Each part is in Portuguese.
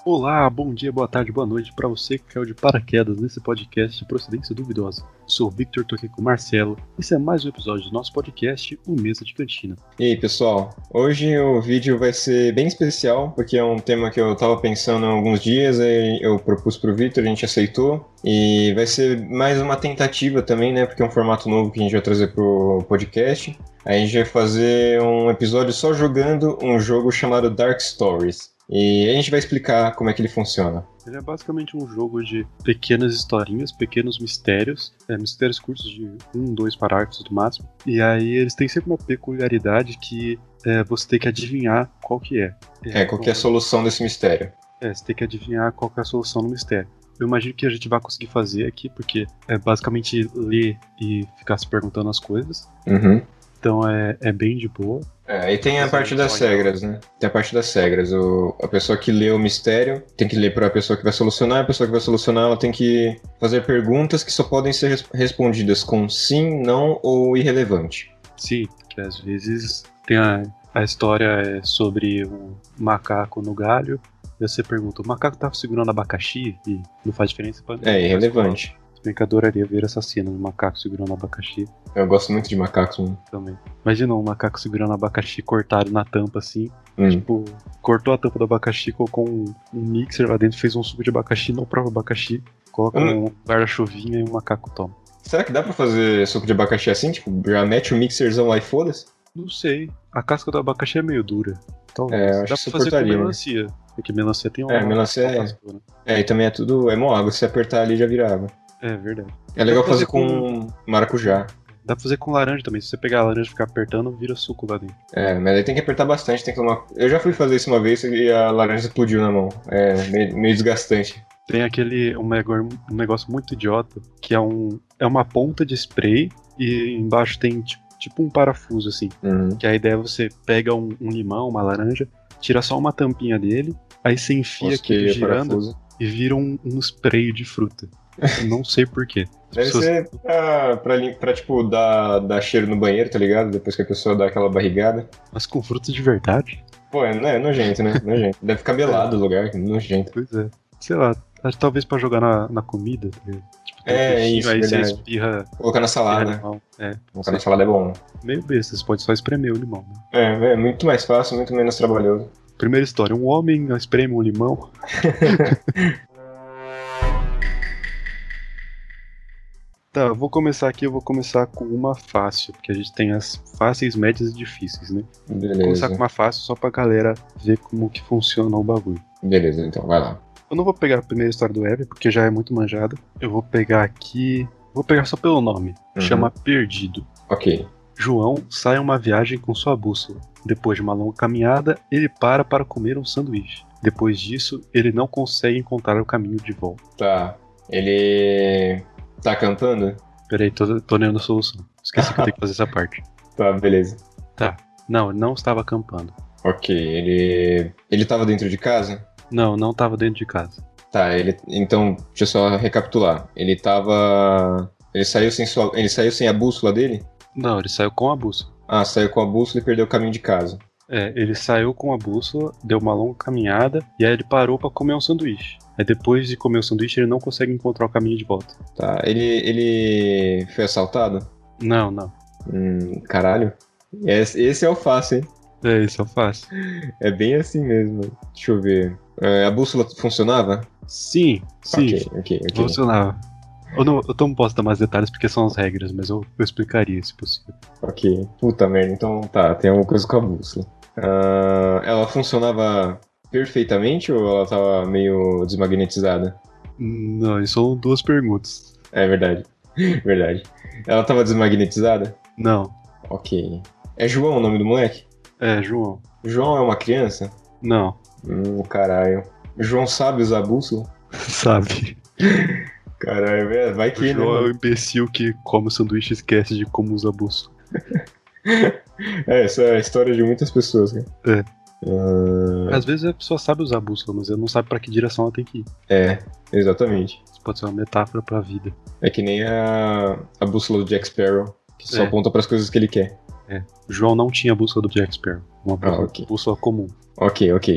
Olá, bom dia, boa tarde, boa noite para você que caiu de paraquedas nesse podcast de procedência duvidosa. Sou o Victor, tô aqui com o Marcelo. Esse é mais um episódio do nosso podcast, o Mesa de Cantina. E aí, pessoal, hoje o vídeo vai ser bem especial, porque é um tema que eu tava pensando há alguns dias, aí eu propus pro Victor, a gente aceitou, e vai ser mais uma tentativa também, né, porque é um formato novo que a gente vai trazer pro podcast. Aí a gente vai fazer um episódio só jogando um jogo chamado Dark Stories. E a gente vai explicar como é que ele funciona. Ele é basicamente um jogo de pequenas historinhas, pequenos mistérios, mistérios curtos de 2 parágrafos no máximo. E aí eles têm sempre uma peculiaridade que você tem que adivinhar qual que é. Qual que é a solução desse mistério. Você tem que adivinhar qual que é a solução no mistério. Eu imagino que a gente vai conseguir fazer aqui, porque é basicamente ler e ficar se perguntando as coisas. Uhum. Então é bem de boa. E tem a parte das regras, né? Tem a parte das regras. A pessoa que lê o mistério tem que ler para a pessoa que vai solucionar. A pessoa que vai solucionar, ela tem que fazer perguntas que só podem ser respondidas com sim, não ou irrelevante. Sim, que às vezes tem a história sobre um macaco no galho. E você pergunta, o macaco tava segurando abacaxi? E não faz diferença pra É irrelevante. Se bem que adoraria ver essa cena, um macaco segurando abacaxi. Eu gosto muito de macacos, mano. Também. Imagina um macaco segurando abacaxi cortado na tampa, assim. Tipo, cortou a tampa do abacaxi, colocou um mixer lá dentro, fez um suco de abacaxi, não próprio abacaxi. Coloca um guarda-chuvinha e o macaco toma. Será que dá pra fazer suco de abacaxi assim? Tipo, já mete o mixerzão lá e foda-se? Não sei. A casca do abacaxi é meio dura. Talvez. Eu acho dá que pra fazer com né? melancia. Porque melancia tem uma... melancia e também é mó água. Se você apertar ali, já vira água. É verdade. É legal fazer com maracujá. Dá pra fazer com laranja também. Se você pegar a laranja e ficar apertando, vira suco lá dentro. Mas aí tem que apertar bastante, tem que tomar... Eu já fui fazer isso uma vez e a laranja explodiu na mão. É meio desgastante. Tem um negócio muito idiota, que é uma ponta de spray e embaixo tem tipo um parafuso, assim. Que a ideia é você pega um limão, uma laranja, tira só uma tampinha dele, aí você enfia aquilo girando parafuso. E vira um spray de fruta. Eu não sei porquê. Deve ser pra tipo, dar cheiro no banheiro, tá ligado? Depois que a pessoa dá aquela barrigada. Mas com fruta de verdade? Pô, é nojento, né? Nojento. Deve ficar melado o lugar, nojento. Pois é. Sei lá, talvez pra jogar na comida, tá ligado? Tipo, isso, aí verdade. você espirra... Colocar na salada. Colocar na salada é bom. Meio besta, você pode só espremer o limão, né? É muito mais fácil, muito menos trabalhoso. Primeira história, um homem espreme um limão... Tá, eu vou começar com uma fácil, porque a gente tem as fáceis, médias e difíceis, né? Beleza. Vou começar com uma fácil só pra galera ver como que funciona o bagulho. Beleza, então, vai lá. Eu não vou pegar a primeira história do web, porque já é muito manjada. Eu vou pegar aqui... Vou pegar só pelo nome. Chama Perdido. Ok. João sai a uma viagem com sua bússola. Depois de uma longa caminhada, ele para comer um sanduíche. Depois disso, ele não consegue encontrar o caminho de volta. Tá. Ele... tá acampando? Peraí, tô lendo a solução. Esqueci que eu tenho que fazer essa parte. Tá, beleza. Tá. Não, ele não estava acampando. Ok, ele tava dentro de casa? Não estava dentro de casa. Tá, então, deixa eu só recapitular. Ele saiu sem a bússola dele? Não, ele saiu com a bússola. Ah, saiu com a bússola e perdeu o caminho de casa. Ele saiu com a bússola, deu uma longa caminhada e aí ele parou pra comer um sanduíche. Aí depois de comer o sanduíche ele não consegue encontrar o caminho de volta. Tá, ele foi assaltado? Não. Caralho. Esse é o fácil, hein? Esse é o fácil. É bem assim mesmo. Deixa eu ver. A bússola funcionava? Sim. Ok. Funcionava. Eu não posso dar mais detalhes porque são as regras, mas eu explicaria se possível. Ok. Puta merda, então tá, tem alguma coisa com a bússola. Ela funcionava perfeitamente ou ela tava meio desmagnetizada? Não, isso são 2 perguntas. É verdade. Verdade. Ela tava desmagnetizada? Não. Ok. É João o nome do moleque? É, João. João é uma criança? Não. Caralho. João sabe usar a bússola? Sabe. Caralho, vai que, o João é o imbecil que come o sanduíche e esquece de como usa a bússola. Essa é a história de muitas pessoas, cara. Às vezes a pessoa sabe usar a bússola, mas ela não sabe pra que direção ela tem que ir. Exatamente. Isso pode ser uma metáfora pra vida. É que nem a bússola do Jack Sparrow, que só aponta pras coisas que ele quer. João não tinha a bússola do Jack Sparrow. Uma bússola comum. Ok.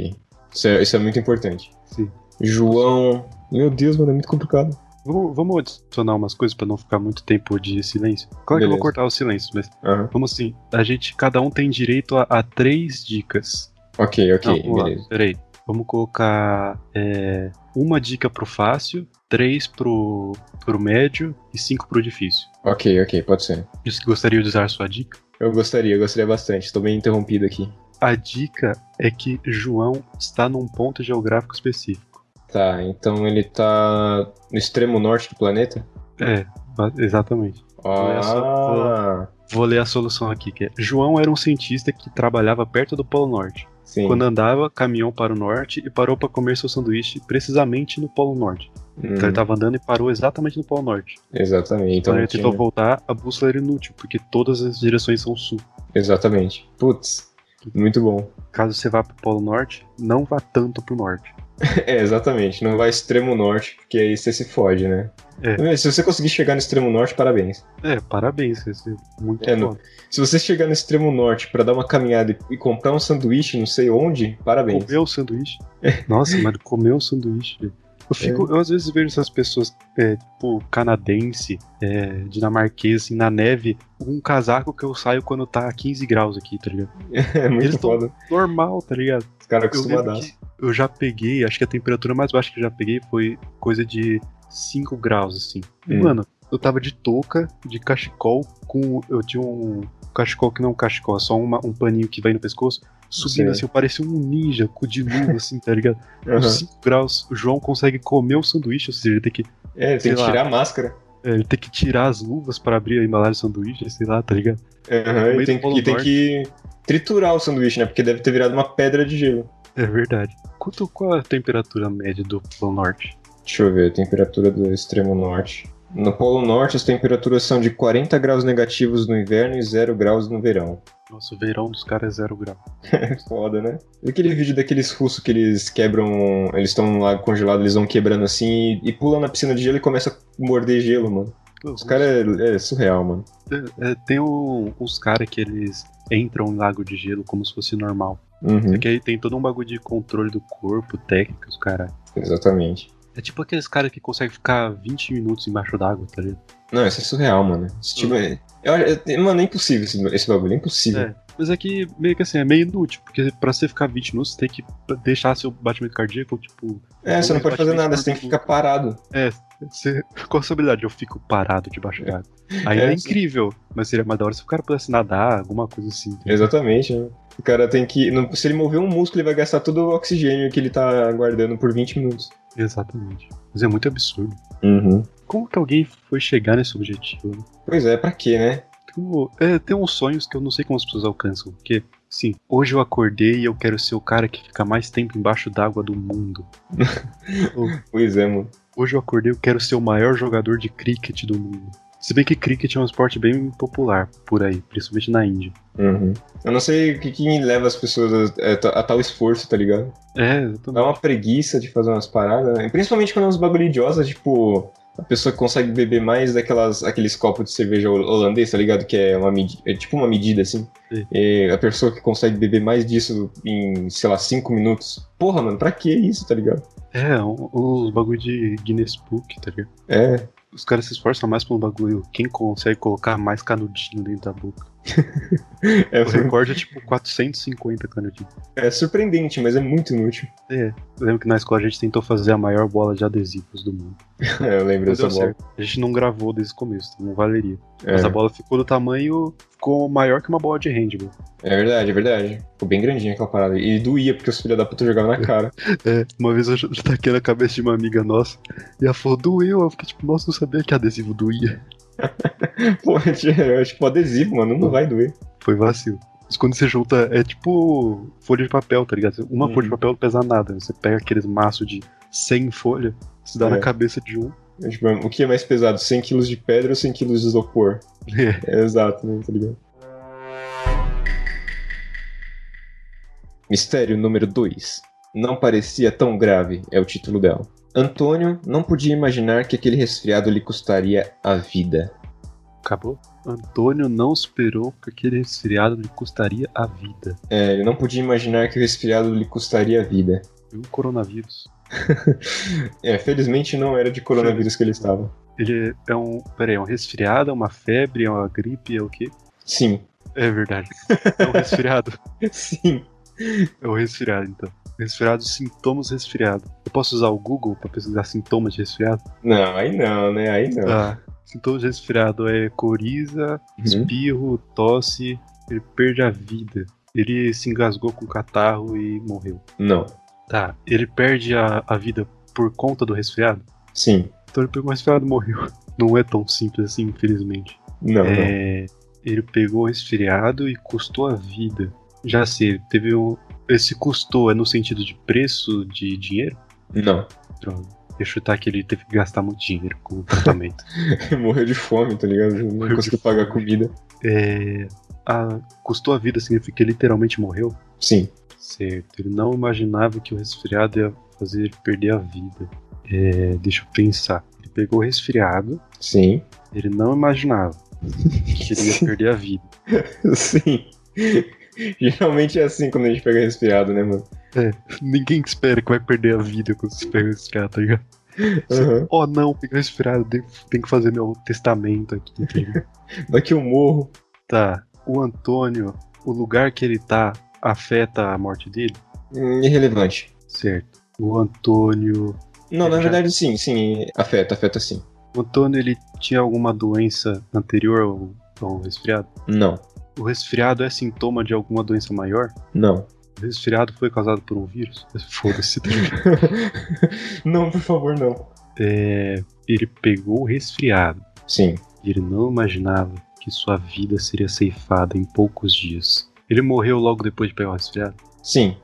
Isso é muito importante. Sim. João... Meu Deus, mano, é muito complicado. Vamos adicionar umas coisas pra não ficar muito tempo de silêncio. Claro que eu vou cortar o silêncio, mas vamos assim. Cada um tem direito a 3 dicas. Ok, beleza. Peraí. Vamos colocar uma dica pro fácil, 3 pro médio e 5 pro difícil. Ok, pode ser. Você gostaria de usar sua dica? Eu gostaria bastante. Estou bem interrompido aqui. A dica é que João está num ponto geográfico específico. Tá, então ele tá no extremo norte do planeta? Exatamente. Vou ler a solução aqui, que é: João era um cientista que trabalhava perto do Polo Norte. Sim. Quando andava, caminhou para o norte e parou para comer seu sanduíche precisamente no Polo Norte. Então ele estava andando e parou exatamente no Polo Norte. Exatamente. Quando ele tentou voltar, a bússola era inútil, porque todas as direções são sul. Exatamente. Putz, muito bom. Caso você vá para o Polo Norte, não vá tanto para o norte. Exatamente. Não vai extremo norte, porque aí você se fode, né? Se você conseguir chegar no extremo norte, parabéns. Parabéns, você é muito foda. Se você chegar no extremo norte pra dar uma caminhada e comprar um sanduíche não sei onde, parabéns. Comer o sanduíche? Nossa, mas comer o sanduíche... Eu às vezes vejo essas pessoas, tipo, canadense, dinamarquês, assim, na neve, um casaco que eu saio quando tá a 15 graus aqui, tá ligado? É muito Eles foda. Normal, tá ligado? Os caras acostumadaço. Eu já peguei, acho que a temperatura mais baixa que eu já peguei foi coisa de 5 graus, assim. E, mano, eu tava de touca, de cachecol, eu tinha um cachecol que não é um cachecol, é só um paninho que vai no pescoço, subindo assim, eu parecia um ninja, com de luva, assim, tá ligado? Com 5 graus, o João consegue comer o sanduíche, ou seja, ele tem que... ele tem que tirar a máscara. Ele tem que tirar as luvas pra abrir a embalagem do sanduíche, sei lá, tá ligado? E tem que triturar o sanduíche, né? Porque deve ter virado uma pedra de gelo. É verdade. Qual é a temperatura média do Polo Norte? Deixa eu ver, a temperatura do extremo norte. No Polo Norte, as temperaturas são de 40 graus negativos no inverno e 0 graus no verão. Nossa, o verão dos caras é 0 grau. É foda, né? E aquele vídeo daqueles russos que eles quebram... Eles estão no lago congelado, eles vão quebrando assim e pulam na piscina de gelo e começam a morder gelo, mano. Os caras é surreal, mano. Tem uns caras que eles entram em lago de gelo como se fosse normal. Uhum. Só que aí tem todo um bagulho de controle do corpo, técnicas, cara. Exatamente. É tipo aqueles caras que conseguem ficar 20 minutos embaixo d'água, tá ligado? Não, isso é surreal, mano. Mano, é impossível esse bagulho, é impossível. Mas é que, meio que assim, é meio inútil, porque pra você ficar 20 minutos, você tem que deixar seu batimento cardíaco, tipo... Você não pode fazer nada, você tem que ficar parado. Com a sua habilidade, eu fico parado debaixo d'água. Aí é incrível, mas seria mais da hora se o cara pudesse nadar, alguma coisa assim. Tá? Exatamente, né? O cara tem que... Se ele mover um músculo, ele vai gastar todo o oxigênio que ele tá guardando por 20 minutos. Exatamente. Mas é muito absurdo. Uhum. Como que alguém foi chegar nesse objetivo? Né? Pois é, pra quê, né? Tem uns sonhos que eu não sei como as pessoas alcançam. Porque, sim, hoje eu acordei e eu quero ser o cara que fica mais tempo embaixo d'água do mundo. Pois é, mano. Hoje eu acordei e eu quero ser o maior jogador de cricket do mundo. Se bem que cricket é um esporte bem popular por aí, principalmente na Índia. Uhum. Eu não sei o que leva as pessoas a tal esforço, tá ligado? Exatamente. Dá uma preguiça de fazer umas paradas, né? Principalmente quando é uns bagulho idiosos, tipo... A pessoa que consegue beber mais aqueles copos de cerveja holandês, tá ligado? Que é tipo uma medida, assim. E a pessoa que consegue beber mais disso em, sei lá, 5 minutos. Porra, mano, pra que isso, tá ligado? Os bagulho de Guinness Book, tá ligado? Os caras se esforçam mais pelo bagulho. Quem consegue colocar mais canudinho dentro da boca? O recorde é tipo 450 canudinhos. É surpreendente, mas é muito inútil. Eu lembro que na escola a gente tentou fazer a maior bola de adesivos do mundo. Eu lembro dessa bola. Certo. A gente não gravou desde o começo, então não valeria. Mas a bola ficou do tamanho... Ficou maior que uma bola de handball. É verdade. Ficou bem grandinha aquela parada. E doía, porque os filhos da puta jogavam na cara. Uma vez eu taquei na cabeça de uma amiga nossa e ela falou, doeu. Eu fiquei tipo, nossa, não sabia que adesivo doía. Pô, é tipo adesivo, mano, não vai doer. Foi vacilo. Mas quando você junta, é tipo folha de papel, tá ligado? Uma folha de papel não pesa nada. Você pega aqueles maços de 100 folhas, se dá na cabeça de um. Tipo, o que é mais pesado, 100 kg de pedra ou 100 kg de isopor? Exato, né, tá ligado? Mistério número 2. Não parecia tão grave, é o título dela. Antônio não podia imaginar que aquele resfriado lhe custaria a vida. Acabou? Antônio não esperou que aquele resfriado lhe custaria a vida. Ele não podia imaginar que o resfriado lhe custaria a vida. Um coronavírus. Felizmente não era de coronavírus que ele estava. Ele é um... Peraí, é um resfriado, é uma febre, é uma gripe, é o quê? Sim. É verdade. É um resfriado. Sim. É um resfriado, então. Resfriado, sintomas resfriado. Eu posso usar o Google pra pesquisar sintomas de resfriado? Não, aí não, né? Aí não. Tá. Sintomas de resfriado é coriza, espirro, tosse, ele perde a vida. Ele se engasgou com catarro e morreu. Não. Tá. Ele perde a vida por conta do resfriado? Sim. Então ele pegou o resfriado e morreu. Não é tão simples assim, infelizmente. Não. Ele pegou o resfriado e custou a vida. Já sei, teve um... Esse custou é no sentido de preço de dinheiro? Não. Droga. Deixa eu chutar que ele teve que gastar muito dinheiro com o tratamento. Morreu de fome, tá ligado? Não conseguiu pagar comida. Custou a vida significa que ele literalmente morreu? Sim. Certo. Ele não imaginava que o resfriado ia fazer ele perder a vida. Deixa eu pensar. Ele pegou o resfriado. Sim. Ele não imaginava que ele ia perder a vida. Sim. Geralmente é assim quando a gente pega resfriado, né, mano? Ninguém espera que vai perder a vida quando você pega resfriado, tá ligado? Não, peguei resfriado, tem que fazer meu testamento aqui, tá ligado? Daqui eu morro. Tá, o Antônio, o lugar que ele tá afeta a morte dele? Irrelevante. Certo. O Antônio... Não, na verdade sim, afeta sim. O Antônio, ele tinha alguma doença anterior ao resfriado? Não. O resfriado é sintoma de alguma doença maior? Não. O resfriado foi causado por um vírus? Foda-se. Não, por favor, não. Ele pegou o resfriado. Sim. E ele não imaginava que sua vida seria ceifada em poucos dias. Ele morreu logo depois de pegar o resfriado? Sim.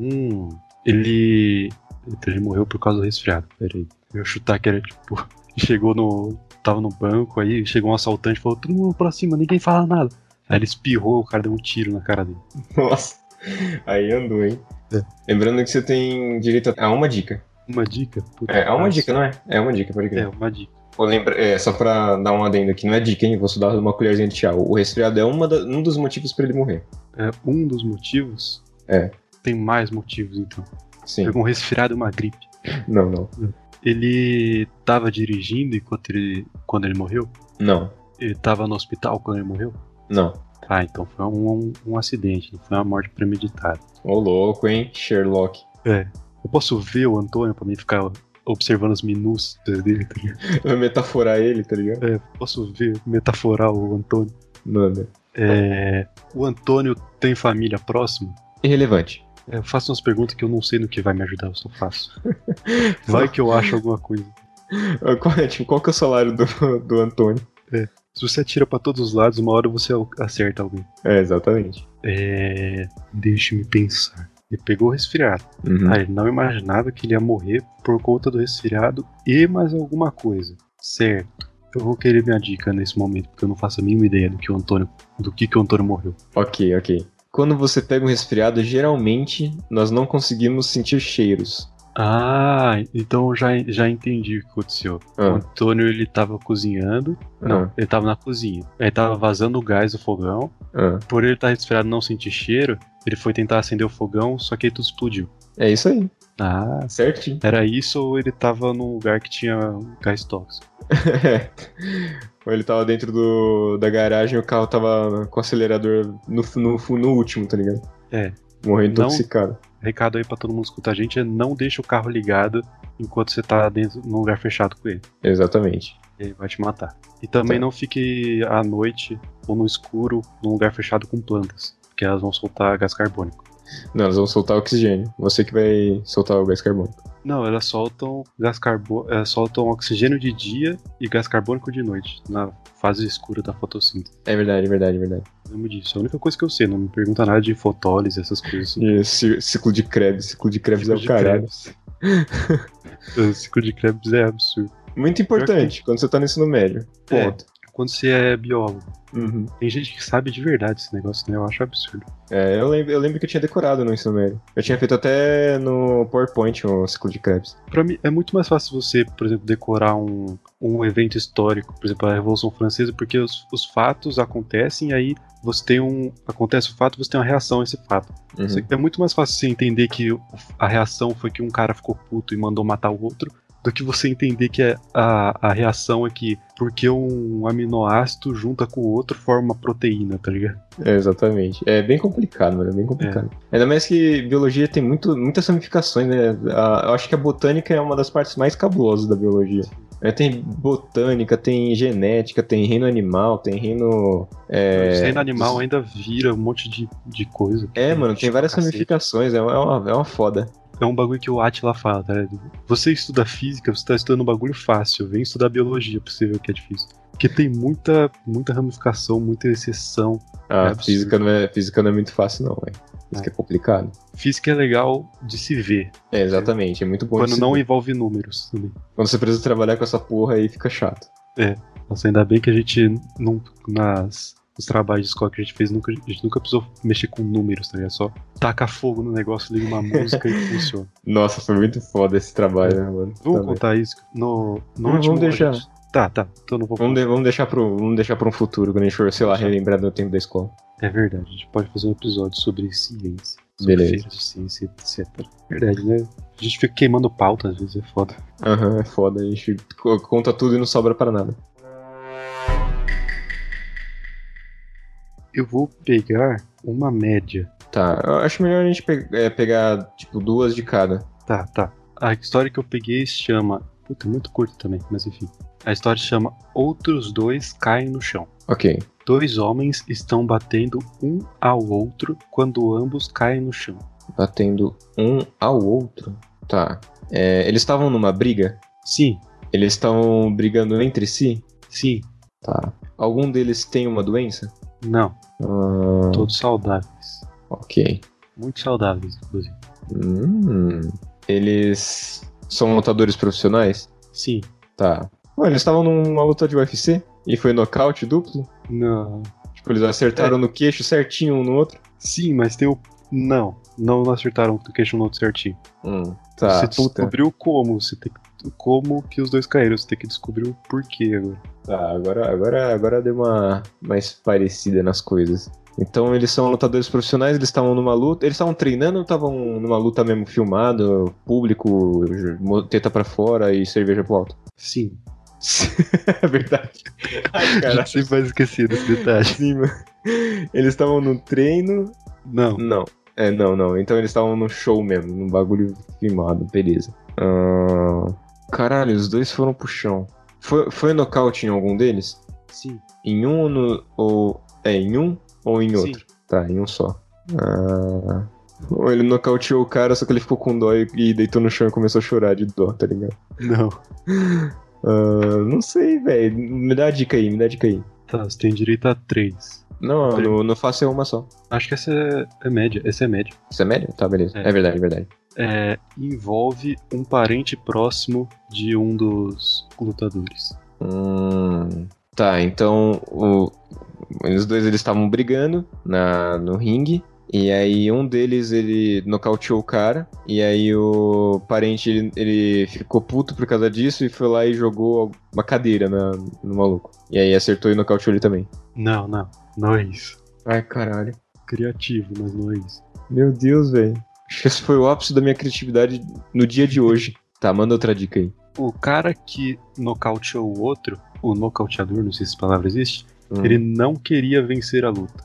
Ele morreu por causa do resfriado. Peraí. Eu ia chutar que era tipo... Tava no banco, aí chegou um assaltante e falou: todo mundo pra cima, ninguém fala nada. Aí ele espirrou, o cara deu um tiro na cara dele. Nossa, aí andou, hein? Lembrando que você tem direito a uma dica. Uma dica? Uma dica, não é? É uma dica, pode crer. Uma dica. Só pra dar um adendo aqui, não é dica, hein? Vou só dar uma colherzinha de chá. O resfriado é um dos motivos pra ele morrer. É um dos motivos? Tem mais motivos, então. Sim. Pegou um resfriado e uma gripe. Não. Ele tava dirigindo quando ele morreu? Não. Ele tava no hospital quando ele morreu? Não. Então foi um acidente, não foi uma morte premeditada. Ô louco, hein? Sherlock. Eu posso ver o Antônio pra mim ficar observando as minúcias dele, tá ligado? Vai metaforar ele, tá ligado? Posso metaforar o Antônio. Manda. O Antônio tem família próxima? Irrelevante. Eu faço umas perguntas que eu não sei no que vai me ajudar, eu só faço. Vai que eu acho alguma coisa. Qual que é o salário do Antônio? Se você atira pra todos os lados, uma hora você acerta alguém. Exatamente. Deixa-me pensar. Ele pegou o resfriado. Ele não imaginava que ele ia morrer por conta do resfriado e mais alguma coisa. Certo. Eu vou querer minha dica nesse momento, porque eu não faço a mínima ideia do que o Antônio morreu. Ok. Quando você pega um resfriado, geralmente nós não conseguimos sentir cheiros. Então já entendi o que aconteceu. O Antônio, ele tava cozinhando. Não, ele tava na cozinha. Aí tava vazando o gás do fogão. Por ele estar resfriado e não sentir cheiro, ele foi tentar acender o fogão, só que aí tudo explodiu. É isso aí. Certinho. Era isso ou ele tava num lugar que tinha gás tóxico? Ou ele tava dentro da garagem e o carro tava com o acelerador no último, tá ligado? Morreu intoxicado. Recado aí pra todo mundo escutar a gente: não deixe o carro ligado enquanto você tá dentro num lugar fechado com ele. Exatamente. Ele vai te matar. E também não fique à noite ou no escuro num lugar fechado com plantas, porque elas vão soltar gás carbônico. Não, elas vão soltar oxigênio. Você que vai soltar o gás carbônico. Não, elas soltam soltam oxigênio de dia e gás carbônico de noite, na fase escura da fotossíntese. É verdade. Lembro disso. É a única coisa que eu sei. Não me pergunta nada de fotólise, essas coisas assim. E ciclo de Krebs. Ciclo de Krebs é o caralho. O ciclo de Krebs é absurdo. Muito importante quando você tá no ensino médio. Ponto. quando você é biólogo. Uhum. Tem gente que sabe de verdade esse negócio, né? Eu acho absurdo. Eu lembro que eu tinha decorado no ensino médio. Eu tinha feito até no PowerPoint o ciclo de Krebs. Pra mim, é muito mais fácil você, por exemplo, decorar um evento histórico, por exemplo, a Revolução Francesa, porque os fatos acontecem e aí você tem acontece o fato, você tem uma reação a esse fato. Uhum. É muito mais fácil você entender que a reação foi que um cara ficou puto e mandou matar o outro, do que você entender que a reação é que porque um aminoácido junta com o outro forma uma proteína, tá ligado? Exatamente. É bem complicado, mano, é bem complicado. Ainda mais que biologia tem muitas ramificações, né? Eu acho que a botânica é uma das partes mais cabulosas da biologia. Tem botânica, tem genética, tem reino animal, tem reino... O reino animal ainda vira um monte de coisa. Mano, tem várias ramificações, é uma foda. É um bagulho que o Átila fala, tá ligado? Você estuda física, você tá estudando um bagulho fácil, vem estudar biologia pra você ver o que é difícil. Porque tem muita ramificação, muita exceção. Física não é muito fácil não, velho. Física é complicado. Física é legal de se ver. Exatamente, é muito bom quando de se não ver. Envolve números também. Quando você precisa trabalhar com essa porra aí, fica chato. Nossa, ainda bem que a gente nos trabalhos de escola que a gente fez, a gente nunca precisou mexer com números, tá ligado? Só taca fogo no negócio, liga uma música e funciona. Nossa, foi muito foda esse trabalho, né, mano? Vamos contar isso no vamos deixar. Tá, então não vou contar. Vamos deixar pra um futuro, quando a gente for, sei lá, relembrar do tempo da escola. É verdade, a gente pode fazer um episódio sobre ciência. Sobre Beleza. feiras de ciência, etc. Verdade, né? A gente fica queimando pauta, às vezes é foda. É foda, a gente conta tudo e não sobra para nada. Eu vou pegar uma média. Tá, eu acho melhor a gente pegar, tipo, 2 de cada. Tá. A história que eu peguei se chama... Puta, muito curto também, mas enfim. A história se chama Outros Dois Caem no Chão. Ok. 2 homens estão batendo um ao outro quando ambos caem no chão. Batendo um ao outro? Tá. Eles estavam numa briga? Sim. Eles estavam brigando entre si? Sim. Tá. Algum deles tem uma doença? Não. Todos saudáveis. Ok. Muito saudáveis, inclusive. Eles são lutadores profissionais? Sim. Tá. Eles estavam numa luta de UFC? E foi nocaute duplo? Não. Tipo, eles acertaram no queixo certinho um no outro? Sim, mas tem o... Não acertaram o queixo um no outro certinho. Tá, você descobriu como, como que os dois caíram, você tem que descobrir o porquê agora. Tá, agora deu uma mais parecida nas coisas. Então eles são lutadores profissionais, eles estavam numa luta, eles estavam treinando ou estavam numa luta mesmo filmado, público, teta pra fora e cerveja pro alto? Sim. É verdade. Ai, cara. A gente sempre vai esquecer desse detalhe. Sim, mano. Eles estavam no treino? Não. Não. Não. Então eles estavam no show mesmo, num bagulho filmado, beleza. Caralho, os dois foram pro chão. Foi nocaute em algum deles? Sim. Em um em um ou em outro? Sim. Tá, em um só. Ele nocauteou o cara, só que ele ficou com dó e deitou no chão e começou a chorar de dó, tá ligado? Não. Não sei, velho. Me dá a dica aí. Tá, você tem direito a 3. Não, no fácil é uma só. Acho que essa é média. Essa é média. Isso é média? Tá, beleza. É verdade. Envolve um parente próximo de um dos lutadores. Tá, então os dois eles estavam brigando no ringue. E aí um deles, ele nocauteou o cara. E aí o parente, ele ficou puto por causa disso e foi lá e jogou uma cadeira no maluco. E aí acertou e nocauteou ele também. Não é isso. Ai, caralho. Criativo, mas não é isso. Meu Deus, velho. Acho que esse foi o ápice da minha criatividade no dia de hoje. Tá, manda outra dica aí. O cara que nocauteou o outro, o nocauteador, não sei se essa palavra existe, ele não queria vencer a luta.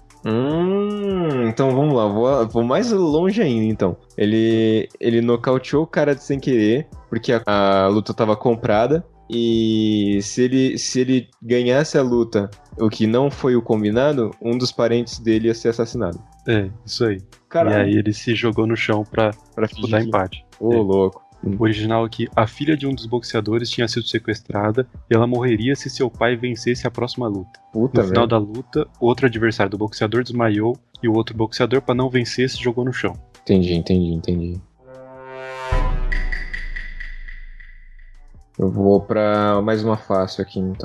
Então vamos lá, vou mais longe ainda, então. Ele nocauteou o cara sem querer, porque a luta tava comprada, e se ele ganhasse a luta, o que não foi o combinado, um dos parentes dele ia ser assassinado. Isso aí. Caralho. E aí ele se jogou no chão pra dar empate. Louco. O original aqui, a filha de um dos boxeadores tinha sido sequestrada e ela morreria se seu pai vencesse a próxima luta. Puta, no final da luta, outro adversário do boxeador desmaiou e o outro boxeador, pra não vencer, se jogou no chão. Entendi. Eu vou pra mais uma fácil aqui, então.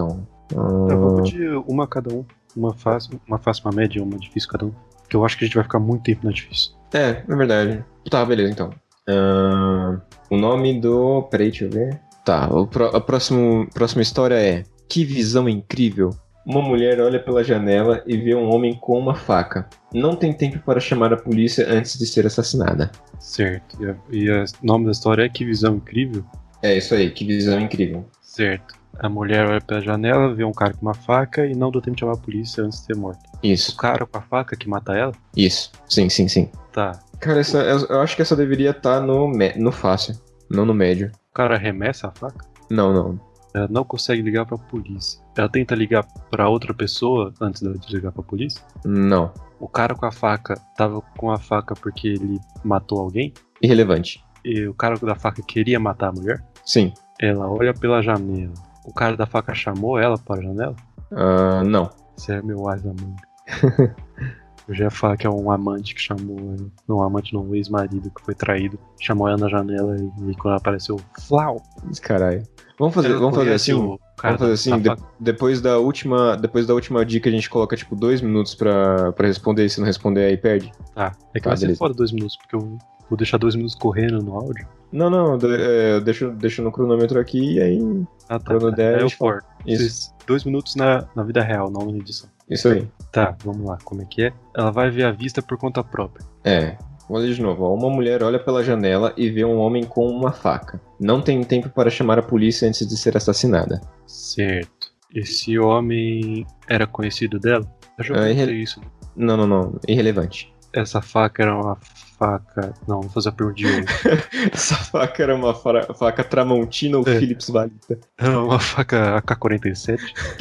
Vamos de uma cada um. Uma fácil, uma média, uma difícil cada um. Porque eu acho que a gente vai ficar muito tempo na difícil. É verdade. Tá, beleza, então. O nome do... Peraí, deixa eu ver. Tá, a próxima história é... Que visão incrível! Uma mulher olha pela janela e vê um homem com uma faca. Não tem tempo para chamar a polícia antes de ser assassinada. Certo. E o nome da história é Que Visão Incrível? É isso aí, que visão incrível. Certo. A mulher olha pela janela, vê um cara com uma faca e não deu tempo de chamar a polícia antes de ser morto. Isso. O cara com a faca que mata ela? Isso. Sim. Tá. Cara, eu acho que essa deveria estar no fácil, não no médio. O cara arremessa a faca? Não. Ela não consegue ligar pra polícia. Ela tenta ligar pra outra pessoa antes dela de ligar pra polícia? Não. O cara com a faca tava com a faca porque ele matou alguém? Irrelevante. E o cara da faca queria matar a mulher? Sim. Ela olha pela janela. O cara da faca chamou ela para a janela? Não. Esse é meu ex-amante. Eu já ia falar que é um amante que chamou ela. Não, amante não, um ex-marido que foi traído. Chamou ela na janela e quando ela apareceu, flau! Caralho. Vamos fazer assim. Vamos fazer assim, depois da última dica a gente coloca tipo 2 minutos pra responder, e se não responder aí perde. Tá, é que vai ser fora 2 minutos, porque eu vou deixar 2 minutos correndo no áudio. Não, deixa no cronômetro aqui e aí... Ah, tá. Quando der, eu corto. Isso. 2 minutos na vida real, não na edição. Isso aí. Tá, vamos lá, como é que é? Ela vai ver a vista por conta própria. Vou ler de novo. Uma mulher olha pela janela e vê um homem com uma faca. Não tem tempo para chamar a polícia antes de ser assassinada. Certo. Esse homem era conhecido dela? Eu já perguntei isso. Não. Irrelevante. Essa faca era uma faca... Não, vou fazer a pergunta de hoje. Essa faca era uma faca Tramontina ou Philips Valita? Era uma faca AK-47?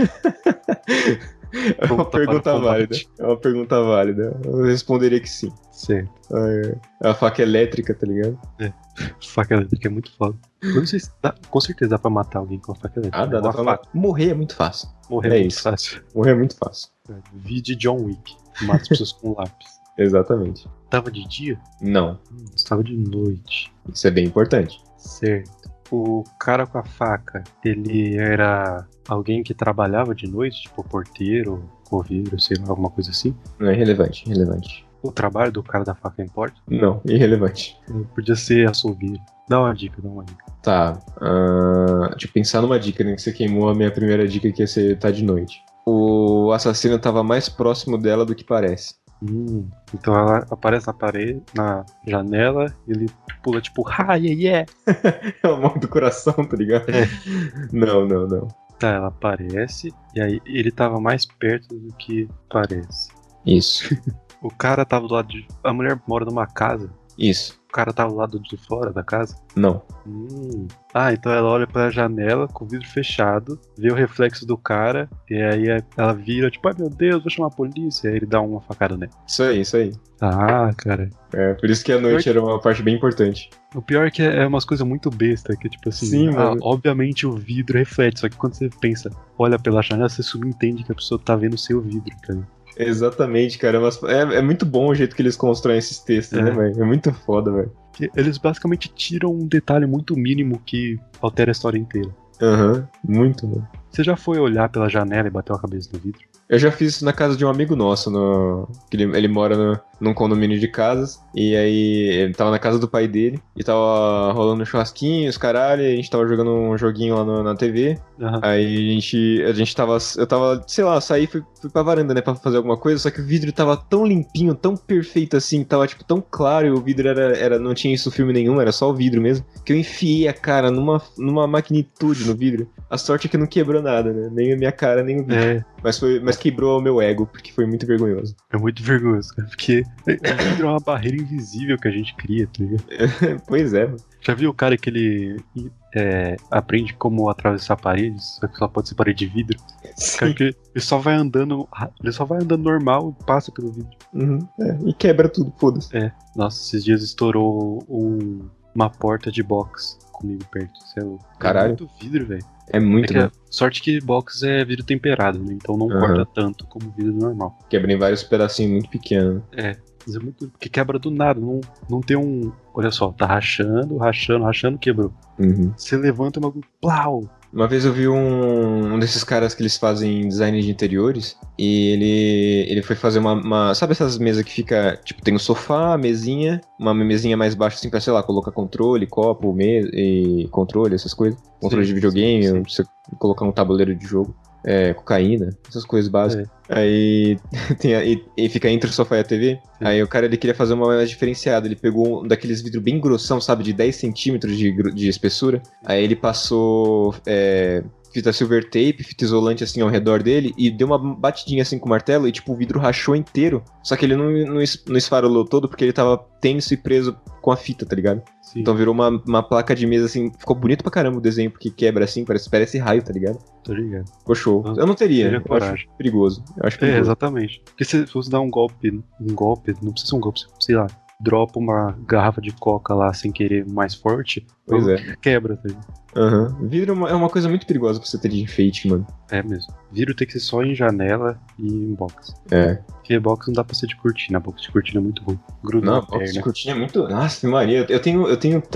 É uma pergunta válida. Eu responderia que sim. Certo. É a faca elétrica, tá ligado? Faca elétrica é muito foda. Eu não sei se dá, com certeza dá pra matar alguém com a faca elétrica. Dá pra matar. Morrer é muito fácil. Morrer é muito fácil. Morrer é muito fácil. Vídeo John Wick. Mata as pessoas com lápis. Exatamente. Tava de dia? Não. Estava de noite. Isso é bem importante. Certo. O cara com a faca, ele era alguém que trabalhava de noite, tipo porteiro, coveiro, sei lá, alguma coisa assim? Não, é irrelevante. O trabalho do cara da faca importa? Não, irrelevante. Podia ser açougueiro. Dá uma dica. Tá. Deixa eu pensar numa dica, né? Que você queimou a minha primeira dica, que ia ser tá de noite. O assassino tava mais próximo dela do que parece. Então ela aparece na parede, na janela, e ele pula tipo, yeah! É o mal do coração, tá ligado? Não. Tá, ela aparece, e aí ele tava mais perto do que parece. Isso. O cara tava do lado de... A mulher mora numa casa. Isso. O cara tava do lado de fora da casa? Não. Então ela olha pela janela com o vidro fechado, vê o reflexo do cara, e aí ela vira, tipo, ai meu Deus, vou chamar a polícia. E aí ele dá uma facada nela. Isso aí. Ah, cara. Por isso que a noite era uma parte bem importante. O pior é que é umas coisas muito besta, que tipo assim, sim, obviamente o vidro reflete, só que quando você pensa, olha pela janela, você subentende que a pessoa tá vendo o seu vidro, cara. Exatamente, cara. É muito bom o jeito que eles constroem esses textos, né, velho? É muito foda, velho. Eles basicamente tiram um detalhe muito mínimo que altera a história inteira. Muito, mano. Você já foi olhar pela janela e bateu a cabeça no vidro? Eu já fiz isso na casa de um amigo nosso, ele mora num condomínio de casas, e aí ele tava na casa do pai dele, e tava rolando um churrasquinho, os caralho, e a gente tava jogando um joguinho lá na TV, aí eu tava, sei lá, saí, fui pra varanda, né, pra fazer alguma coisa, só que o vidro tava tão limpinho, tão perfeito assim, tava tipo tão claro, e o vidro não tinha isso filme nenhum, era só o vidro mesmo, que eu enfiei a cara numa magnitude no vidro. A sorte é que não quebrou nada, né, nem a minha cara, nem o vidro. Mas quebrou o meu ego, porque foi muito vergonhoso. É muito vergonhoso, cara, porque o vidro é uma barreira invisível que a gente cria, tá ligado? Pois é, mano. Já viu o cara que ele aprende como atravessar paredes, só que só pode ser parede de vidro? O cara que ele só vai andando normal e passa pelo vidro. E quebra tudo, foda-se. Nossa, esses dias estourou uma porta de box comigo perto. Você é louco. Caralho. É muito vidro, velho. É muito, né? Sorte que box é vidro temperado, né? Então não corta tanto como vidro normal. Quebra em vários pedacinhos muito pequenos. Mas é muito... Porque quebra do nada, não tem um... Olha só, tá rachando, quebrou. Você levanta e o bagulho, plau! Uma vez eu vi um desses caras que eles fazem design de interiores e ele foi fazer uma... Sabe essas mesas que fica... Tipo, tem um sofá, a mesinha, uma mesinha mais baixa assim pra, sei lá, colocar controle, copo, e controle, essas coisas. Controle de videogame, sim. Você colocar um tabuleiro de jogo. Cocaína, essas coisas básicas. Aí e fica entre o sofá e a TV. Sim. Aí o cara ele queria fazer uma mais diferenciada. Ele pegou um daqueles vidros bem grossão, sabe, de 10 centímetros de espessura. Aí ele passou fita silver tape, fita isolante assim ao redor dele e deu uma batidinha assim com o martelo e tipo o vidro rachou inteiro. Só que ele não esfarelou todo porque ele tava tenso e preso com a fita, tá ligado? Sim. Então virou uma placa de mesa assim, ficou bonito pra caramba o desenho, porque quebra assim, parece raio, tá ligado? Tô ligado. Ficou show. Eu não teria, eu acho perigoso. Exatamente. Porque se você dá um golpe, não precisa ser um golpe, sei lá, dropa uma garrafa de coca lá sem querer mais forte, quebra, tá ligado? Vidro é uma coisa muito perigosa pra você ter de enfeite, mano. É mesmo. Vidro tem que ser só em janela e em box. Porque box não dá pra ser de cortina. Box de cortina é muito ruim. Gruda na perna. Box de cortina é muito... Nossa, Maria, eu tenho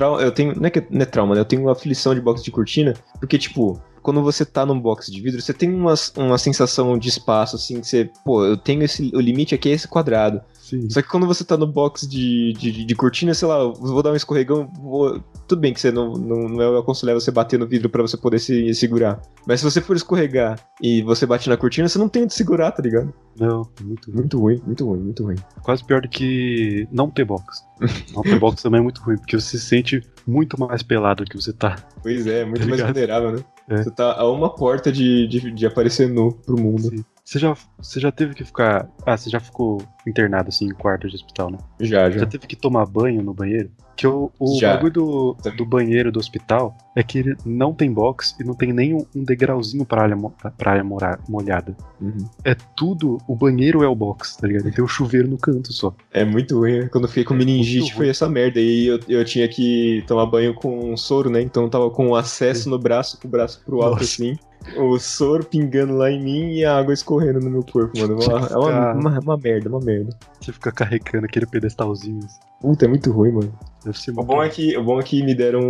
não é trauma, né? Eu tenho uma aflição de box de cortina, porque, tipo, quando você tá num box de vidro, você tem uma sensação de espaço, assim, que você... Pô, eu tenho o limite aqui é esse quadrado. Sim. Só que quando você tá no box de cortina, sei lá, eu vou dar um escorregão, tudo bem que você não é aconselhável você bater no vidro pra você poder se segurar. Mas se você for escorregar e você bate na cortina, você não tem onde segurar, tá ligado? Não, muito ruim. Muito ruim. Quase pior do que não ter box. Não ter box também é muito ruim, porque você se sente muito mais pelado que você tá. Pois é, muito mais vulnerável, né? Você tá a uma porta de aparecer nu pro mundo. Sim. Você já teve que ficar... você já ficou internado, assim, em quarto de hospital, né? Já. Já teve que tomar banho no banheiro? Que o bagulho do banheiro do hospital é que ele não tem box e não tem nem um degrauzinho pra área molhada. É tudo... O banheiro é o box, tá ligado? E tem o chuveiro no canto só. É muito ruim. Quando eu fiquei com meningite foi essa merda. E eu tinha que tomar banho com soro, né? Então eu tava com acesso no braço, com o braço pro alto, assim. O soro pingando lá em mim e a água escorrendo no meu corpo, mano. É uma merda. Você fica carregando aquele pedestalzinho. Puta, é muito ruim, mano. O bom é que me deram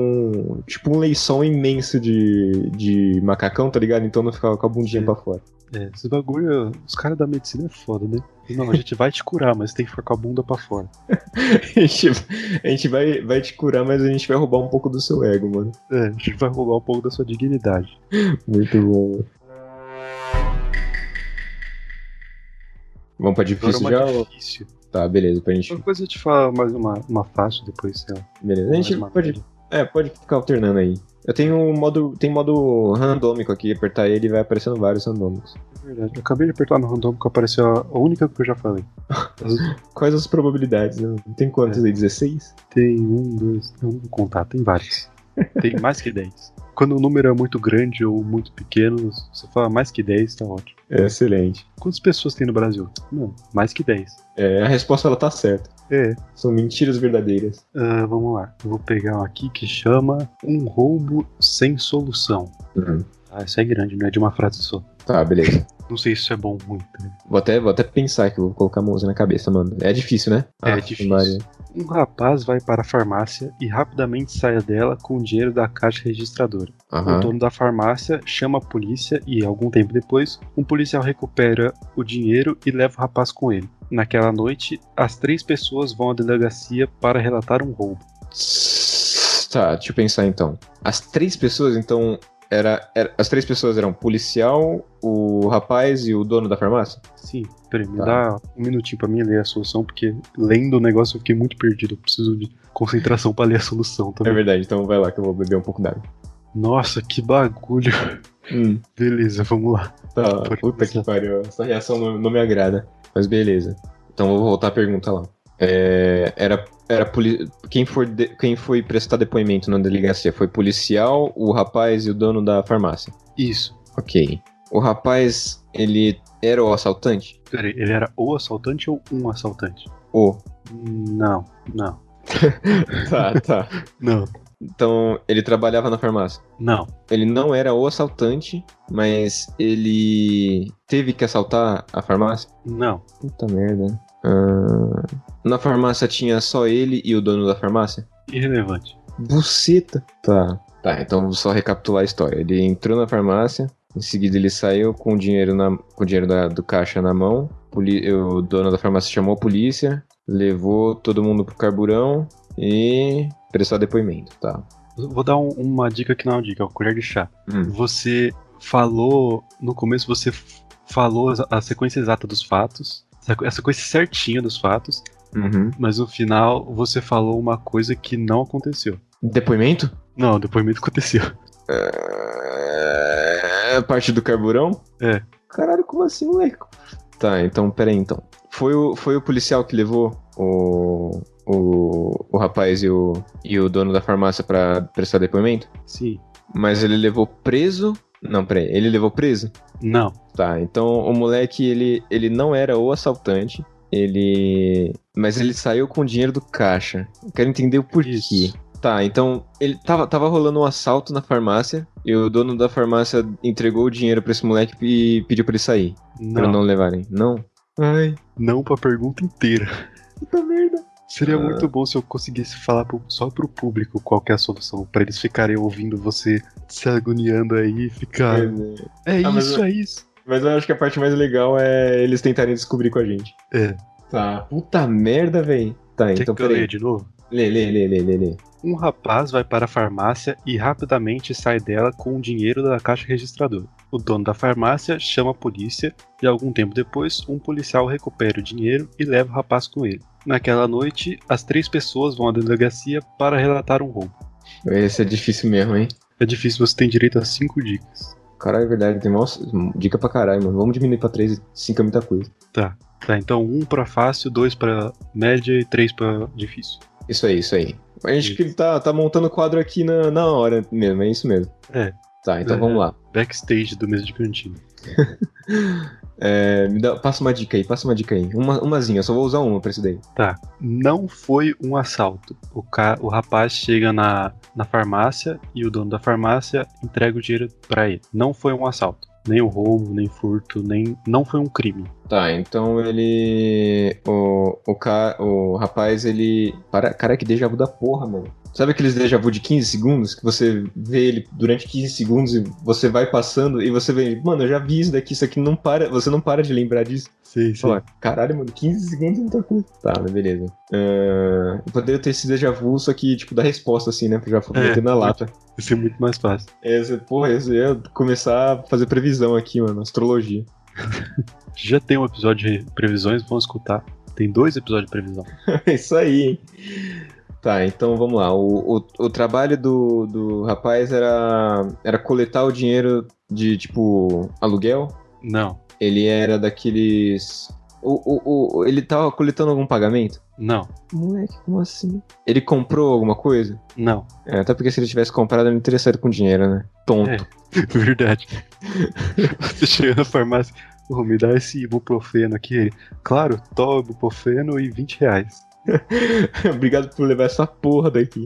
um lençol imenso de macacão, tá ligado? Então não ficava com a bundinha pra fora. Esse bagulho, os caras da medicina é foda, né? Não, a gente vai te curar, mas tem que ficar com a bunda pra fora. a gente vai te curar, mas a gente vai roubar um pouco do seu ego, mano. A gente vai roubar um pouco da sua dignidade. Muito bom, mano. Vamos pra difícil já? Difícil. Tá, beleza, pra gente... Depois eu te falo mais uma fácil, depois, sei lá. Beleza, a gente pode ficar alternando aí. Eu tenho modo randômico aqui, apertar ele e vai aparecendo vários randômicos. É verdade, eu acabei de apertar no randômico, apareceu a única que eu já falei. Quais as probabilidades? Né? Tem quantos aí? 16? Tem 1, 2, não vou contar, tem vários. Tem mais que 10. Quando o número é muito grande ou muito pequeno, você fala mais que 10, tá ótimo. Excelente. Quantas pessoas tem no Brasil? Não, mais que 10. A resposta ela tá certa. São mentiras verdadeiras. Vamos lá. Eu vou pegar um aqui que chama Um Roubo Sem Solução. Isso é grande, não é de uma frase só. Tá, beleza. Não sei se isso é bom muito. Né? Vou até pensar que eu vou colocar a mãozinha na cabeça, mano. É difícil, né? É difícil. Maria. Um rapaz vai para a farmácia e rapidamente sai dela com o dinheiro da caixa registradora. O dono da farmácia chama a polícia e, algum tempo depois, um policial recupera o dinheiro e leva o rapaz com ele. Naquela noite, as 3 pessoas vão à delegacia para relatar um roubo. Tá, deixa eu pensar então. As 3 pessoas, então... As 3 pessoas eram o policial, o rapaz e o dono da farmácia? Sim, peraí, me dá um minutinho pra mim ler a solução, porque lendo o negócio eu fiquei muito perdido. Eu preciso de concentração pra ler a solução também. É verdade, então vai lá que eu vou beber um pouco d'água. Nossa, que bagulho. Beleza, vamos lá. Tá, puta que pariu. Essa reação não me agrada. Mas beleza. Então vou voltar à pergunta lá. Quem foi prestar depoimento na delegacia? Foi policial, o rapaz e o dono da farmácia? Isso. Ok. O rapaz, ele era o assaltante? Peraí, ele era o assaltante ou um assaltante? Não. Tá. Não. Então, ele trabalhava na farmácia? Não. Ele não era o assaltante, mas ele teve que assaltar a farmácia? Não. Puta merda. Na farmácia tinha só ele e o dono da farmácia? Irrelevante. Buceta. Tá. Tá, então vou só recapitular a história. Ele entrou na farmácia, em seguida ele saiu com o dinheiro, do caixa na mão. O dono da farmácia chamou a polícia, levou todo mundo pro carburão e prestou depoimento, tá? Vou dar uma dica que não é uma dica, é uma colher de chá. Você falou, no começo você falou a sequência exata dos fatos, a sequência certinha dos fatos, mas no final você falou uma coisa que não aconteceu. Depoimento? Não, o depoimento aconteceu. Parte do carburão? É. Caralho, como assim, moleque? Tá, então, peraí, então. Foi o policial que levou o rapaz e o dono da farmácia pra prestar depoimento? Sim. Mas ele levou preso? Não, peraí, ele levou preso? Não. Tá, então o moleque, ele não era o assaltante, mas ele saiu com o dinheiro do caixa. Eu quero entender o porquê. Isso. Tá, então ele tava rolando um assalto na farmácia e o dono da farmácia entregou o dinheiro pra esse moleque e pediu pra ele sair. Não. Pra não levarem. Não? Ai. Não pra pergunta inteira. Puta merda. Seria muito bom se eu conseguisse falar só pro público qual que é a solução, pra eles ficarem ouvindo você se agoniando aí e ficar... É isso. Mas eu acho que a parte mais legal é eles tentarem descobrir com a gente. É. Tá. Puta merda, velho. Tá, então peraí. Quer que eu leia de novo? Lê. Um rapaz vai para a farmácia e rapidamente sai dela com o dinheiro da caixa registradora. O dono da farmácia chama a polícia e algum tempo depois, um policial recupera o dinheiro e leva o rapaz com ele. Naquela noite, as 3 pessoas vão à delegacia para relatar um roubo. Esse é difícil mesmo, hein? É difícil, você tem direito a 5 dicas. Caralho, é verdade, tem dica pra caralho, mano. Vamos diminuir pra 3, 5 é muita coisa. Tá, então 1 pra fácil, 2 pra média e 3 pra difícil. Isso aí. A gente que ele tá montando o quadro aqui na hora mesmo, é isso mesmo. É. Tá, então vamos lá. Backstage do Mesa de Cantina. Passa uma dica aí. Umazinha, eu só vou usar uma pra isso daí. Tá. Não foi um assalto. O rapaz chega na farmácia e o dono da farmácia entrega o dinheiro pra ele. Não foi um assalto. Nem um roubo, nem furto, não foi um crime. Tá, então ele... O rapaz, ele... Cara, que déjà vu da porra, mano. Sabe aqueles déjà vu de 15 segundos? Que você vê ele durante 15 segundos e você vai passando e você vê... Mano, eu já vi isso daqui, isso aqui não para... Você não para de lembrar disso. Sim. Fala, caralho, mano, 15 segundos é muita coisa. Tá, mas beleza. Eu poderia ter esse déjà vu, só que, tipo, da resposta, assim, né? Pra já meter na lata. Isso é muito mais fácil. Eu ia começar a fazer previsão aqui, mano. Astrologia. Já tem um episódio de previsões, vamos escutar. Tem 2 episódios de previsão. É isso aí, hein? Tá, então vamos lá. O trabalho do rapaz era coletar o dinheiro de, tipo, aluguel? Não. Ele era daqueles... Ele tava coletando algum pagamento? Não. Moleque, como assim? Ele comprou alguma coisa? Não. Até porque se ele tivesse comprado, ele não teria saído com dinheiro, né? Tonto. Verdade. Você chega na farmácia, me dá esse ibuprofeno aqui. Ele, claro, toma ibuprofeno e R$20. Obrigado por levar essa porra daqui.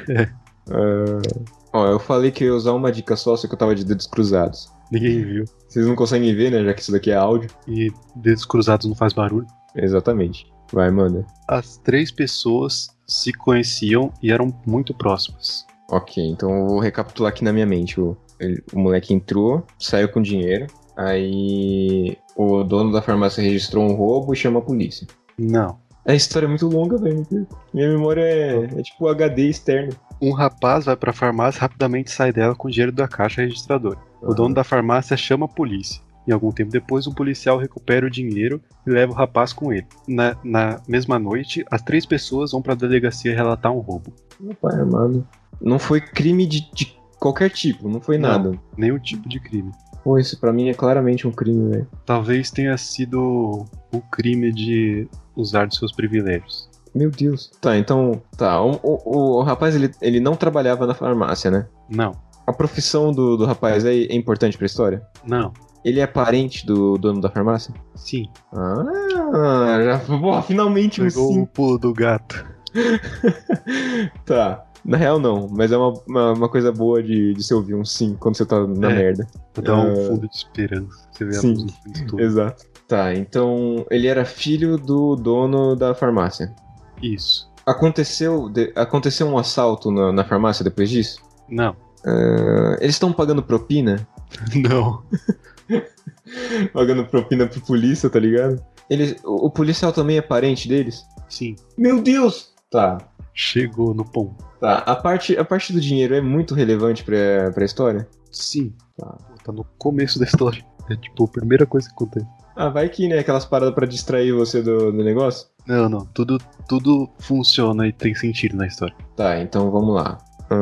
Eu falei que eu ia usar uma dica só que eu tava de dedos cruzados. Ninguém viu. Vocês não conseguem ver, né? Já que isso daqui é áudio. E dedos cruzados não faz barulho. Exatamente. Vai, manda. As 3 pessoas se conheciam e eram muito próximas. Ok, então eu vou recapitular aqui na minha mente. O moleque entrou, saiu com dinheiro. Aí o dono da farmácia registrou um roubo e chama a polícia. Não. A história é muito longa, velho. Minha memória é tipo HD externo. Um rapaz vai pra farmácia e rapidamente sai dela com o dinheiro da caixa registradora. O dono da farmácia chama a polícia. E algum tempo depois, um policial recupera o dinheiro e leva o rapaz com ele. Na mesma noite, as 3 pessoas vão pra delegacia relatar um roubo. Meu pai amado. Não foi crime de qualquer tipo, não foi nada. Nenhum tipo de crime. Pô, isso pra mim é claramente um crime, velho. Talvez tenha sido o crime de usar de seus privilégios. Meu Deus. Tá, então... Tá, o rapaz, ele não trabalhava na farmácia, né? Não. A profissão do rapaz é importante pra história? Não. Ele é parente do dono da farmácia? Sim. Porra, finalmente um sim. Pegou o pulo do gato. Tá. Na real, não, mas é uma coisa boa de se ouvir um sim quando você tá na merda. Dá um fundo de esperança. Você vê sim, a luz no fim de tudo. Exato. Tá, então ele era filho do dono da farmácia. Isso. Aconteceu um assalto na farmácia depois disso? Não. Eles estão pagando propina? Não. Pagando propina pro polícia, tá ligado? O policial também é parente deles? Sim. Meu Deus! Tá. Chegou no ponto. Tá, a parte do dinheiro é muito relevante pra história? Sim. Tá no começo da história. É tipo a primeira coisa que acontece. Vai que, né, aquelas paradas pra distrair você do negócio? Não. Tudo funciona e tem sentido na história. Tá, então vamos lá.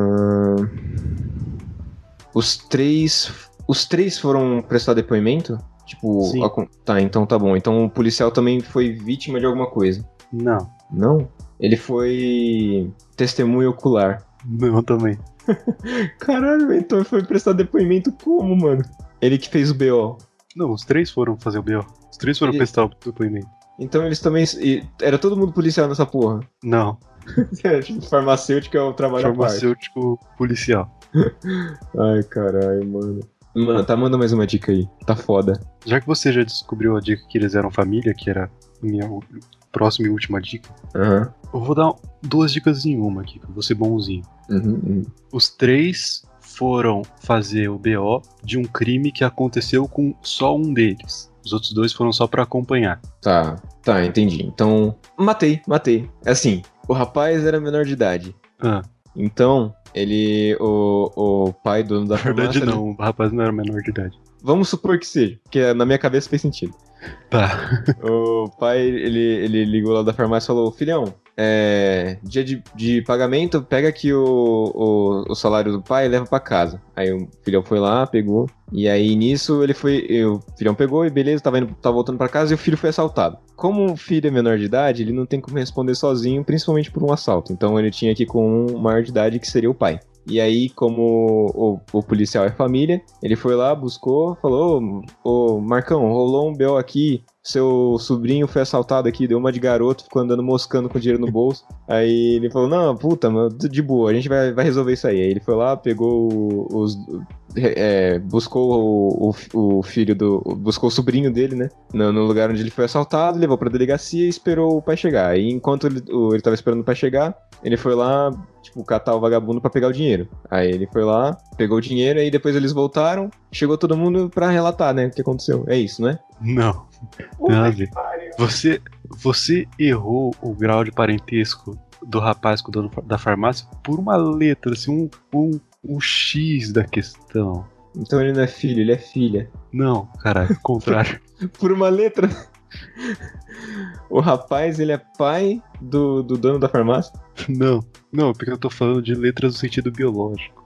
Os três foram prestar depoimento? Tipo, Sim. Tá, então tá bom. Então o policial também foi vítima de alguma coisa? Não. Não? Ele foi testemunha ocular? Não também. Caralho, então ele foi prestar depoimento como, mano? Ele que fez o BO. Não, os 3 foram fazer o BO. Os 3 foram prestar o depoimento. Então eles também... Era todo mundo policial nessa porra? Não. Tipo, farmacêutico é o trabalho à parte. Farmacêutico policial. Ai, caralho, mano. Mano, tá, manda mais uma dica aí. Tá foda. Já que você já descobriu a dica que eles eram família, que era a minha próxima e última dica, eu vou dar 2 dicas em uma aqui, que eu vou ser bonzinho. Os 3 foram fazer o BO de um crime que aconteceu com só um deles. Os outros 2 foram só pra acompanhar. Tá, entendi. Então, matei. Assim, o rapaz era menor de idade. Então, ele... O pai dono da farmácia... Na verdade não, o rapaz não era menor de idade. Vamos supor que seja, porque na minha cabeça fez sentido. Tá. O pai, ele ligou lá da farmácia e falou: filhão, dia de pagamento, pega aqui o salário do pai e leva pra casa. Aí o filhão foi lá, pegou, e aí nisso o filhão pegou e beleza, tava voltando pra casa e o filho foi assaltado. Como o filho é menor de idade, ele não tem como responder sozinho, principalmente por um assalto. Então ele tinha que ir com um maior de idade, que seria o pai. E aí, como o policial é família, ele foi lá, buscou, falou: ô Marcão, rolou um BO aqui, seu sobrinho foi assaltado aqui, deu uma de garoto, ficou andando moscando com dinheiro no bolso. Aí ele falou: não, puta, mano, de boa, a gente vai resolver isso aí. Aí ele foi lá, pegou buscou o filho buscou o sobrinho dele, né, no lugar onde ele foi assaltado, levou pra delegacia e esperou o pai chegar. Aí enquanto ele tava esperando o pai chegar, ele foi lá, tipo, catar o vagabundo pra pegar o dinheiro. Aí ele foi lá, pegou o dinheiro, aí depois eles voltaram, chegou todo mundo pra relatar, né, o que aconteceu. É isso, né? Não. Nada a ver. Você errou o grau de parentesco do rapaz com o dono da farmácia por uma letra, assim, um X da questão. Então ele não é filho, ele é filha. Não, caralho, contrário. Por uma letra? O rapaz, ele é pai do dono da farmácia? Não, porque eu tô falando de letras no sentido biológico.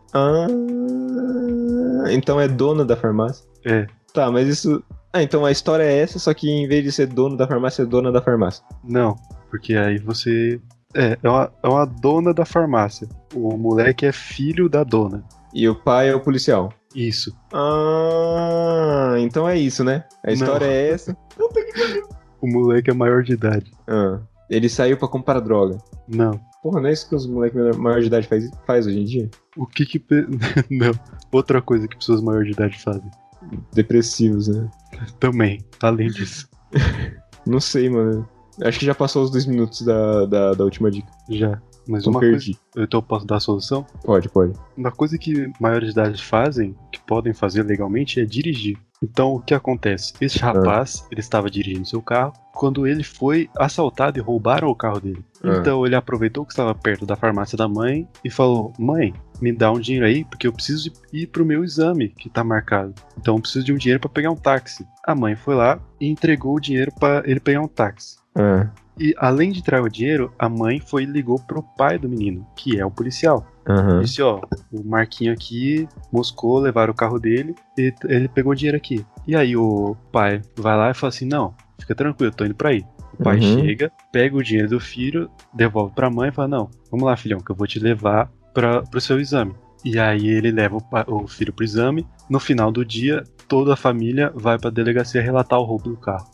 Então é dono da farmácia? É. Tá, mas isso... então a história é essa, só que em vez de ser dono da farmácia, é dona da farmácia. Não, porque aí você... É uma dona da farmácia. O moleque é filho da dona. E o pai é o policial? Isso. Então é isso, né? A história é essa. Puta que pariu. O moleque é maior de idade. Ele saiu pra comprar droga. Não. Porra, não é isso que os moleques maior de idade faz hoje em dia? O que Não. Outra coisa que pessoas maior de idade fazem. Depressivos, né? Também, além disso. Não sei, mano. Acho que já passou os 2 minutos da última dica. Já. Mas Tô uma perdi. coisa... Então eu posso dar a solução? Pode. Uma coisa que maiores de idade fazem, que podem fazer legalmente, é dirigir. Então o que acontece? Esse rapaz, ele estava dirigindo seu carro, quando ele foi assaltado e roubaram o carro dele. Então ele aproveitou que estava perto da farmácia da mãe e falou: mãe, me dá um dinheiro aí, porque eu preciso ir pro meu exame que tá marcado. Então eu preciso de um dinheiro para pegar um táxi. A mãe foi lá e entregou o dinheiro para ele pegar um táxi. E além de entregar o dinheiro, a mãe foi e ligou pro pai do menino, que é o policial. Disse: ó, o Marquinho aqui moscou, levaram o carro dele e ele pegou o dinheiro aqui. E aí o pai vai lá e fala assim: não, fica tranquilo, eu tô indo pra aí. O pai chega, pega o dinheiro do filho, devolve pra mãe e fala: não, vamos lá, filhão, que eu vou te levar pro seu exame. E aí ele leva o filho pro exame. No final do dia, toda a família vai pra delegacia relatar o roubo do carro.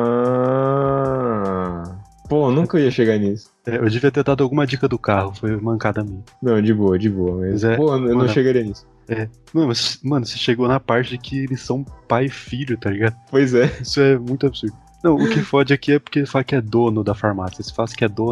Pô, nunca ia chegar nisso. Eu devia ter dado alguma dica do carro, foi mancada minha. Não, de boa. Mas pô, eu não chegaria nisso. Não, mas, mano, você chegou na parte de que eles são pai e filho, tá ligado? Pois é. Isso é muito absurdo. Não, o que fode aqui é porque ele fala que é dono da farmácia. Se fala que é dona.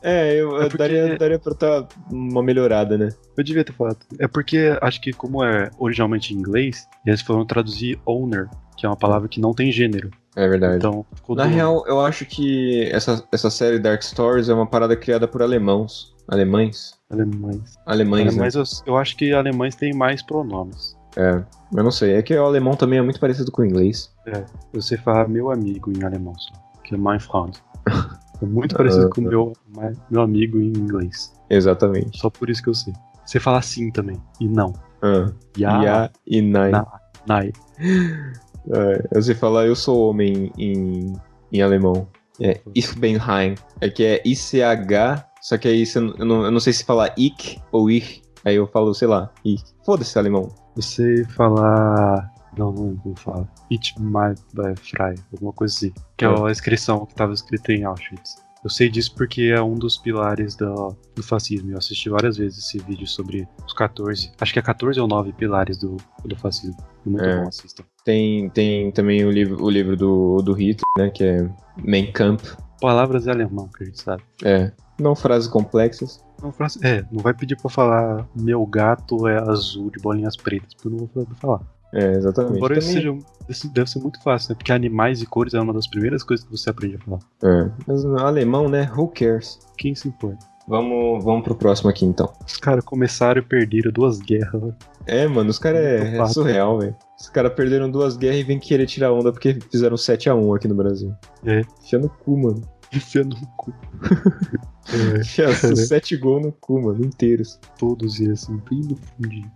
Eu daria pra dar uma melhorada, né? Eu devia ter falado. É porque acho que como é originalmente em inglês, eles foram traduzir owner, que é uma palavra que não tem gênero. É verdade. Então, ficou Na real, eu acho que essa série Dark Stories é uma parada criada por alemães. Alemães, né? Mas eu acho que alemães têm mais pronomes. Eu não sei. É que o alemão também é muito parecido com o inglês. Você fala meu amigo em alemão só, que é mein Freund. É muito parecido com meu amigo em inglês. Exatamente. Só por isso que eu sei. Você fala sim também, e não. Ja e nein. Nein. Você fala eu sou homem em alemão. Ich bin ein. É que é ICH, só que aí eu não sei se falar ich ou ich. Aí eu falo, sei lá, ich. Foda-se alemão. Você falar... Não fala. Ich bin frei, alguma coisa assim. Que é a inscrição que estava escrita em Auschwitz. Eu sei disso porque é um dos pilares do fascismo. Eu assisti várias vezes esse vídeo sobre os 14. Acho que é 14 ou 9 pilares do fascismo. Muito bom, assistam. Tem também o livro do Hitler, né? Que é Mein Kampf. Palavras em alemão, que a gente sabe. Não frases complexas. Não vai pedir pra falar meu gato é azul de bolinhas pretas, porque eu não vou poder falar. Exatamente. Embora isso deve ser muito fácil, né? Porque animais e cores é uma das primeiras coisas que você aprende a falar. Mas no alemão, né? Who cares? Quem se importa? Vamos pro próximo aqui, então. Os caras começaram e perderam 2 guerras, velho. Mano, os caras é surreal, velho. Os caras perderam 2 guerras e vêm querer tirar onda porque fizeram 7-1 aqui no Brasil. Enfia no cu, mano. Enfia no cu. Enfia 7 gols no cu, mano, inteiros. Todos e assim, bem no fundinho.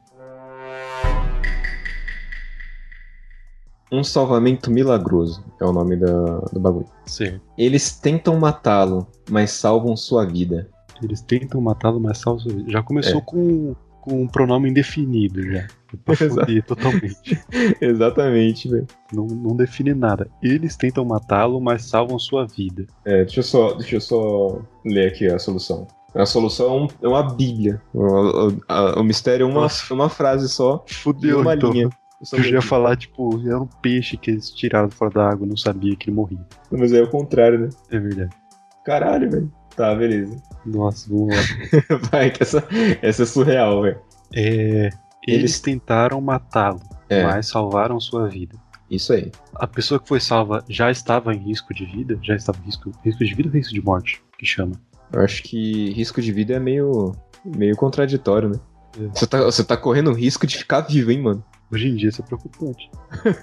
Um salvamento milagroso é o nome do bagulho. Certo. Eles tentam matá-lo, mas salvam sua vida. Eles tentam matá-lo, mas salvam sua vida. Já começou com um pronome indefinido já. Pra foder totalmente. Exatamente, velho. Não define nada. Eles tentam matá-lo, mas salvam sua vida. Deixa eu só ler aqui a solução. A solução é uma bíblia. O mistério é uma frase só. Fudeu, uma então. linha. Eu já ia falar, tipo, era um peixe que eles tiraram fora da água, não sabia que ele morria. Mas é o contrário, né? É verdade. Caralho, velho. Tá, beleza. Nossa, vamos lá. Vai, que essa é surreal, velho. Eles tentaram matá-lo, mas salvaram sua vida. Isso aí. A pessoa que foi salva já estava em risco de vida? Já estava em risco de vida ou risco de morte? Que chama? Eu acho que risco de vida é meio contraditório, né? Você tá correndo risco de ficar vivo, hein, mano? Hoje em dia isso é preocupante.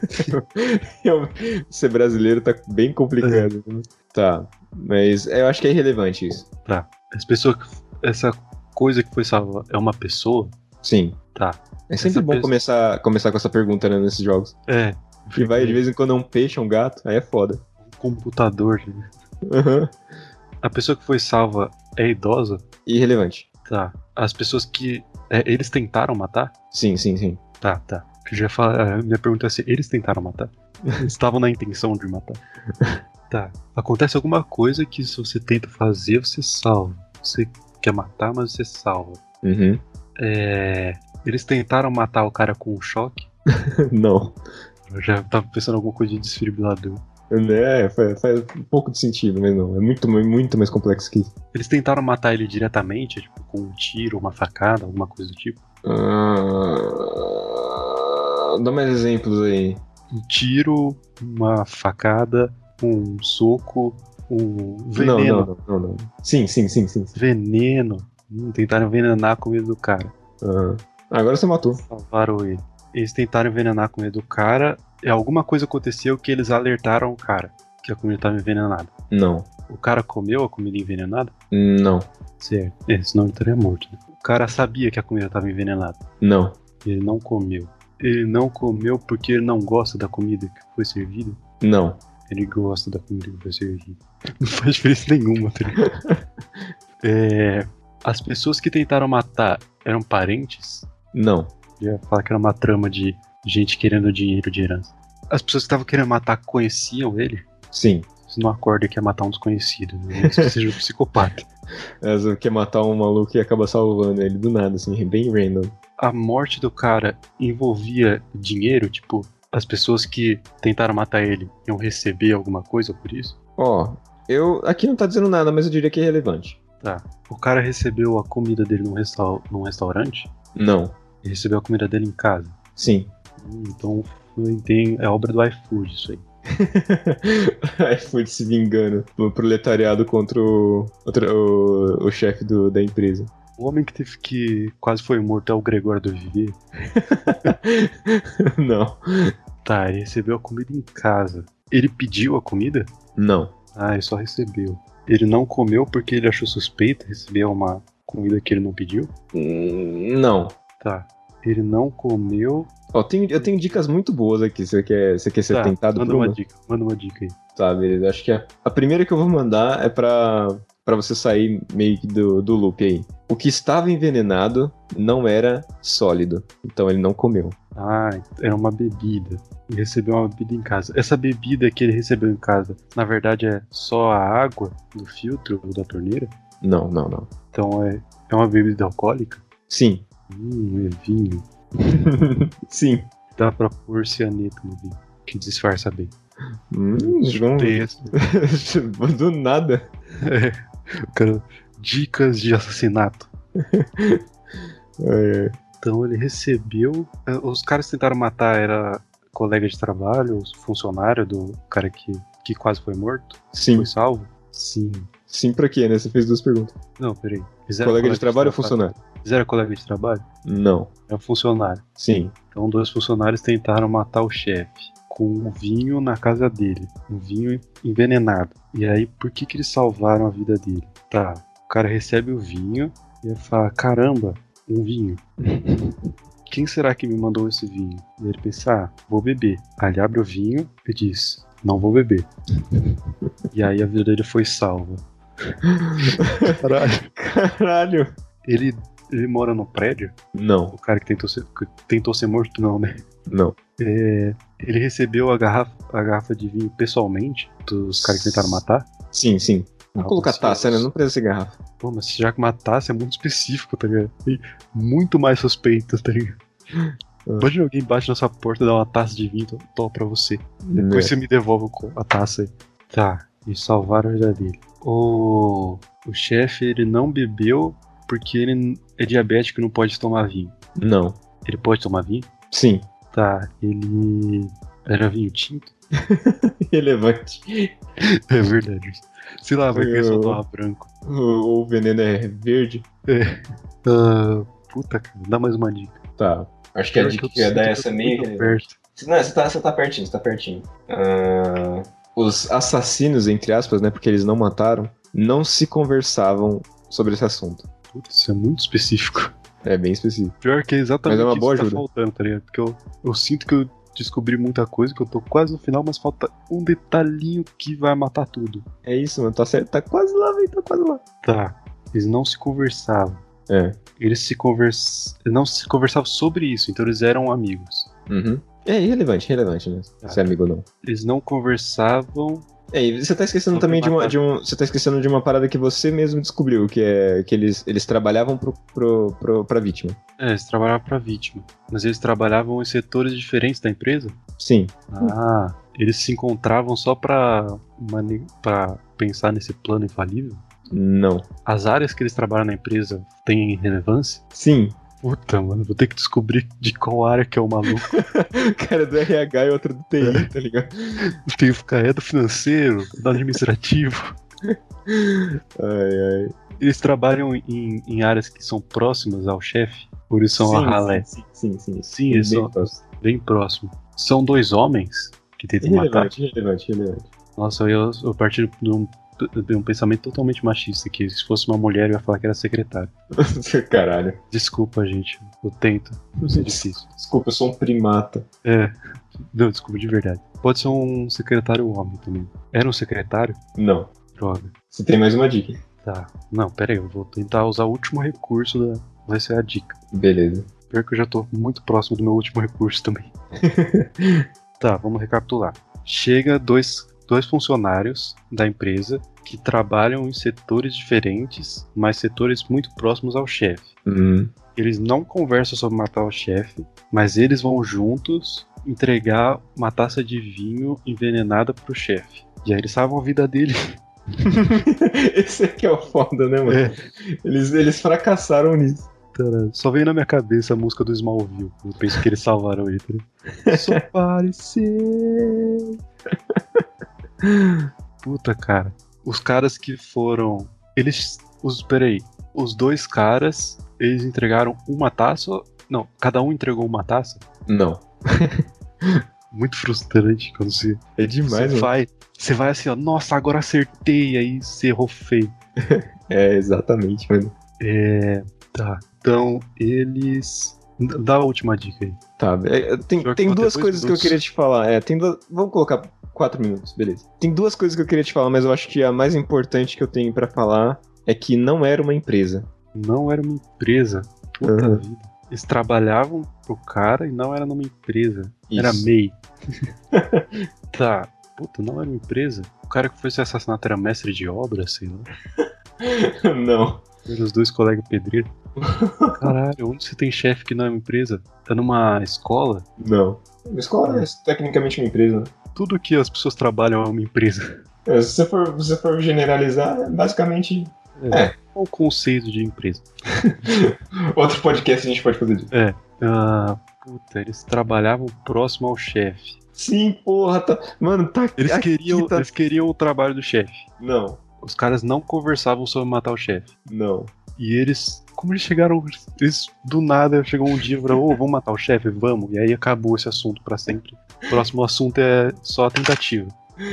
Ser brasileiro tá bem complicado. Né? Tá, mas eu acho que é irrelevante isso. Tá. Essa coisa que foi salva é uma pessoa? Sim. Tá. É sempre bom começar com essa pergunta, né, nesses jogos. E vai de vez em quando é um peixe, um gato, aí é foda. Um computador, né? A pessoa que foi salva é idosa? Irrelevante. Tá. As pessoas que... eles tentaram matar? Sim. Tá. Eu já falar, minha pergunta é se eles tentaram matar. Eles estavam na intenção de matar. Tá. Acontece alguma coisa que se você tenta fazer, você salva. Você quer matar, mas você salva. Uhum. Eles tentaram matar o cara com um choque? Não. Eu já tava pensando em alguma coisa de desfibrilador. Faz um pouco de sentido, mas não. É muito mais complexo que isso. Eles tentaram matar ele diretamente, tipo, com um tiro, uma facada, alguma coisa do tipo? Dá mais exemplos aí. Um tiro, uma facada, um soco, um veneno. Não. Sim. Veneno. Tentaram envenenar a comida do cara. Agora você matou. Salvaram ele. Eles tentaram envenenar a comida do cara. Alguma coisa aconteceu que eles alertaram o cara que a comida estava envenenada. Não. O cara comeu a comida envenenada? Não. Certo. Senão ele estaria morto, né? O cara sabia que a comida estava envenenada. Não. Ele não comeu. Ele não comeu porque ele não gosta da comida que foi servida? Não. Ele gosta da comida que foi servida. Não faz diferença nenhuma, tá ligado? As pessoas que tentaram matar eram parentes? Não. Eu ia falar que era uma trama de gente querendo dinheiro de herança. As pessoas que estavam querendo matar conheciam ele? Sim. Você não acorda que ia matar um desconhecido, né? Que seja um psicopata. Você quer matar um maluco e acaba salvando ele do nada, assim, bem random. A morte do cara envolvia dinheiro? Tipo, as pessoas que tentaram matar ele iam receber alguma coisa por isso? Aqui não tá dizendo nada, mas eu diria que é relevante. Tá. O cara recebeu a comida dele num restaurante? Não. Ele recebeu a comida dele em casa? Sim. Então é obra do iFood isso aí. iFood se vingando no proletariado contra o chefe da empresa. O homem que quase foi morto é o Gregório do Vivier? Não. Tá, ele recebeu a comida em casa. Ele pediu a comida? Não. Ah, ele só recebeu. Ele não comeu porque ele achou suspeito receber uma comida que ele não pediu? Não. Tá. Ele não comeu. Ó, eu tenho dicas muito boas aqui. Você quer ser tentado por uma? Manda uma dica aí. Tá, beleza. Acho que a primeira que eu vou mandar é pra você sair meio que do loop aí. O que estava envenenado não era sólido. Então ele não comeu. Ah, era uma bebida. Ele recebeu uma bebida em casa. Essa bebida que ele recebeu em casa, na verdade é só a água do filtro ou da torneira? Não. Então é uma bebida alcoólica? Sim. É vinho. Sim. Dá pra pôr cianeto no vinho, que disfarça bem. João. Do nada. Cara, dicas de assassinato. Então ele recebeu. Os caras tentaram matar, era colega de trabalho, funcionário do cara que quase foi morto? Sim. Foi salvo? Sim. Sim, pra quê, né? Você fez duas perguntas. Não, peraí. Colega de trabalho ou funcionário? Fizeram colega de trabalho? Não. É funcionário. Sim. Então 2 funcionários tentaram matar o chefe com um vinho na casa dele. Um vinho envenenado. E aí, por que eles salvaram a vida dele? Tá, o cara recebe o vinho e ele fala, caramba, um vinho. Quem será que me mandou esse vinho? E ele pensa, vou beber. Aí ele abre o vinho e diz, não vou beber. E aí a vida dele foi salva. Caralho. Ele mora no prédio? Não. O cara que tentou ser morto, não, né? Não. Ele recebeu a garrafa de vinho pessoalmente dos caras que tentaram matar? Sim. Vamos colocar taça, né? Não precisa ser garrafa. Pô, mas já que matasse é muito específico, tá ligado? Tem muito mais suspeito, tá ligado? Pode alguém bate na sua porta e dá uma taça de vinho, tô pra você. Depois você me devolve a taça aí. Tá, e salvaram a vida dele. O chefe, ele não bebeu porque ele é diabético e não pode tomar vinho. Não. Ele pode tomar vinho? Sim. Tá, ele era vinho tinto? Relevante. É verdade. Sei lá, vai que ele só toma branco. O veneno é verde. Puta, cara, dá mais uma dica. Tá. Acho que a dica que ia dar essa meio relevante. Não, você tá pertinho. Os assassinos, entre aspas, né, porque eles não mataram, não se conversavam sobre esse assunto. Putz, isso é muito específico. É bem específico. Pior que é exatamente isso que tá faltando, tá ligado? Porque eu sinto que eu descobri muita coisa, que eu tô quase no final, mas falta um detalhinho que vai matar tudo. É isso, mano. Tá certo, tá quase lá, velho, tá quase lá. Tá. Eles não se conversavam. Eles não se conversavam sobre isso, então eles eram amigos. Uhum. É irrelevante, né? Se é amigo ou não. Eles não conversavam. E você tá esquecendo também você tá esquecendo de uma parada que você mesmo descobriu, que é que eles trabalhavam pra vítima. Eles trabalhavam pra vítima. Mas eles trabalhavam em setores diferentes da empresa? Sim. Ah, eles se encontravam só pra pensar nesse plano infalível? Não. As áreas que eles trabalham na empresa têm relevância? Sim. Puta, mano, vou ter que descobrir de qual área que é o maluco. Cara do RH e outro do TI, tá ligado? Tem que ficar do financeiro, do administrativo. Ai. Eles trabalham em áreas que são próximas ao chefe, por isso são a ralé. Sim. Sim, eles são bem próximos. São 2 homens que tentam matar. Relevante. Nossa, eu parti de um pensamento totalmente machista, que se fosse uma mulher eu ia falar que era secretário. Caralho. Desculpa, gente. Eu tento. Não é difícil. Desculpa, eu sou um primata. Não, desculpa, de verdade. Pode ser um secretário homem também. Era um secretário? Não. Droga. Você tem mais uma dica? Tá. Não, pera aí. Eu vou tentar usar o último recurso vai ser a dica. Beleza. Pior que eu já tô muito próximo do meu último recurso também. Tá, vamos recapitular. Chega dois funcionários da empresa que trabalham em setores diferentes, mas setores muito próximos ao chefe. Eles não conversam sobre matar o chefe, mas eles vão juntos entregar uma taça de vinho envenenada pro chefe. E aí eles salvam a vida dele. Esse aqui é o foda, né, mano? Eles fracassaram nisso. Só veio na minha cabeça a música do Smallville. Eu penso que eles salvaram ele. Só parecer. Puta, cara. Os caras que foram... Peraí. Os dois caras, eles entregaram uma taça? Não, cada um entregou uma taça? Não. Muito frustrante quando você... É demais, Você vai assim, ó, nossa, agora acertei, aí você errou feio. Exatamente, mano. Tá. Então, eles... Dá a última dica aí. Tá, tem duas coisas que eu queria te falar. Vamos colocar 4 minutos, beleza. Tem duas coisas que eu queria te falar, mas eu acho que a mais importante que eu tenho pra falar é que não era uma empresa. Não era uma empresa? Puta vida. Eles trabalhavam pro cara e não era numa empresa. Isso. Era MEI. Tá. Puta, não era uma empresa? O cara que foi ser assassinado era mestre de obra, sei lá. Não. Eram os dois colegas pedreiros. Caralho, onde você tem chefe que não é uma empresa? Tá numa escola? Não. Uma escola é tecnicamente uma empresa, né? Tudo que as pessoas trabalham é uma empresa. Se você for generalizar, basicamente... É o conceito de empresa. Outro podcast a gente pode fazer disso. Puta, eles trabalhavam próximo ao chefe. Sim, porra, mano, tá... Eles queriam o trabalho do chefe. Não. Os caras não conversavam sobre matar o chefe. Não. E eles... Como eles chegaram... Eles, do nada, chegou um dia e falaram, vamos matar o chefe? Vamos. E aí acabou esse assunto pra sempre. O próximo assunto é só a tentativa.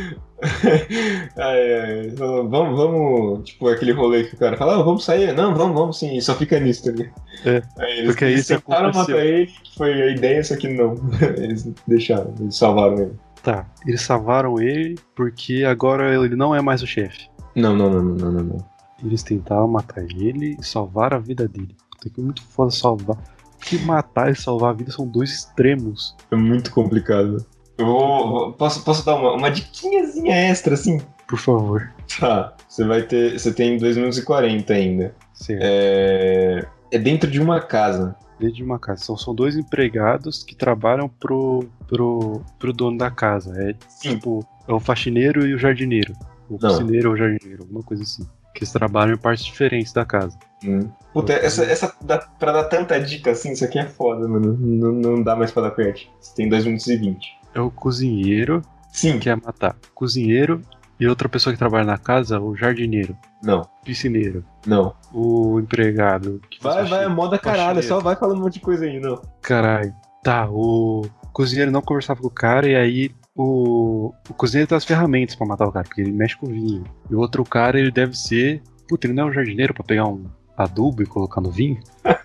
Vamos, tipo, aquele rolê que o cara fala, vamos sair? Não, vamos sim, e só fica nisso também. Porque aí eles tentaram matar ele, que foi a ideia, só que não. Eles deixaram, eles salvaram ele. Tá, eles salvaram ele porque agora ele não é mais o chefe. Não. Eles tentaram matar ele e salvar a vida dele. Puta, que muito foda salvar. Porque matar e salvar a vida são dois extremos. É muito complicado. Posso dar uma diquinhazinha extra, assim? Por favor. Tá, você tem 2 minutos e 40 ainda. Certo. É dentro de uma casa. Dentro de uma casa. São dois empregados que trabalham pro dono da casa. Tipo, é o faxineiro e o jardineiro. O piscineiro ou o jardineiro, alguma coisa assim. Que eles trabalham em partes diferentes da casa. Puta, essa pra dar tanta dica assim, isso aqui é foda, mano. Não dá mais pra dar perto. Você tem 2 minutos e 20. É o cozinheiro. Sim. Que quer matar. Cozinheiro e outra pessoa que trabalha na casa, o jardineiro. Não. Piscineiro. Não. O empregado. Vai, moda caralho, só vai falando um monte de coisa aí, não. Caralho. Tá, o cozinheiro não conversava com o cara e aí o cozinheiro tem as ferramentas pra matar o cara, porque ele mexe com vinho. E o outro cara, ele deve ser... Puta, ele não é um jardineiro pra pegar um adubo e colocar no vinho?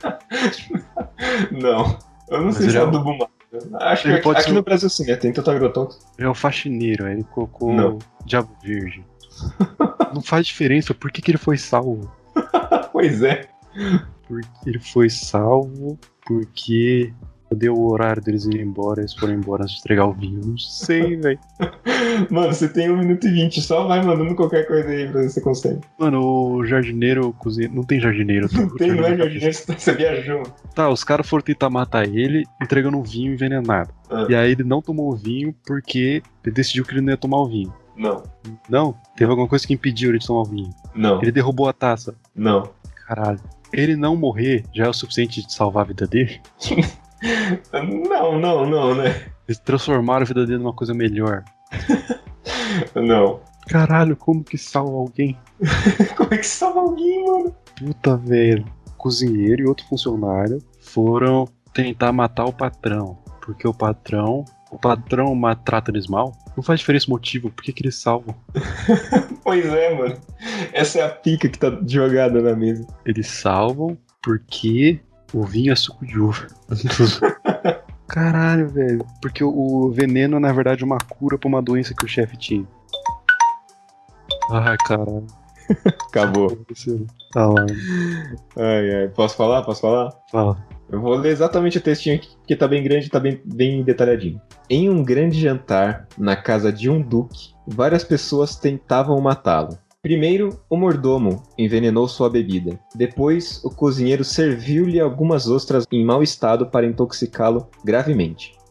Não. Eu não sei se é adubo mata. Acho que aqui no Brasil sim, tem tanto agrotóxico. É o faxineiro, aí ele colocou diabo virgem. Não faz diferença, por que ele foi salvo? Pois é. Porque ele foi salvo, porque deu o horário deles irem embora, eles foram embora antes de entregar o vinho. Não sei, velho. Mano, você tem 1 minuto e 20, só vai mandando qualquer coisa aí pra ver se você consegue. Mano, o jardineiro, o cozinheiro... Não tem jardineiro. Não é jardineiro, você viajou. Tá, os caras foram tentar matar ele, entregando um vinho envenenado. E aí ele não tomou o vinho porque ele decidiu que ele não ia tomar o vinho. Não. Não? Teve alguma coisa que impediu ele de tomar o vinho? Não. Ele derrubou a taça? Não. Caralho. Ele não morrer já é o suficiente de salvar a vida dele? Não, né? Eles transformaram a vida dele numa coisa melhor. Não. Caralho, como que salva alguém? Como é que salva alguém, mano? Puta, velho. O cozinheiro e outro funcionário foram tentar matar o patrão. Porque o patrão trata eles mal. Não faz diferença o motivo, por que eles salvam? Pois é, mano. Essa é a pica que tá jogada na mesa. Eles salvam porque o vinho é suco de uva. Caralho, velho. Porque o veneno é, na verdade, uma cura pra uma doença que o chefe tinha. Ai, caralho. Acabou. Tá lá. Ai. Posso falar? Fala. Eu vou ler exatamente o textinho aqui, porque tá bem grande e tá bem detalhadinho. Em um grande jantar, na casa de um duque, várias pessoas tentavam matá-lo. Primeiro, o mordomo envenenou sua bebida. Depois, o cozinheiro serviu-lhe algumas ostras em mau estado para intoxicá-lo gravemente.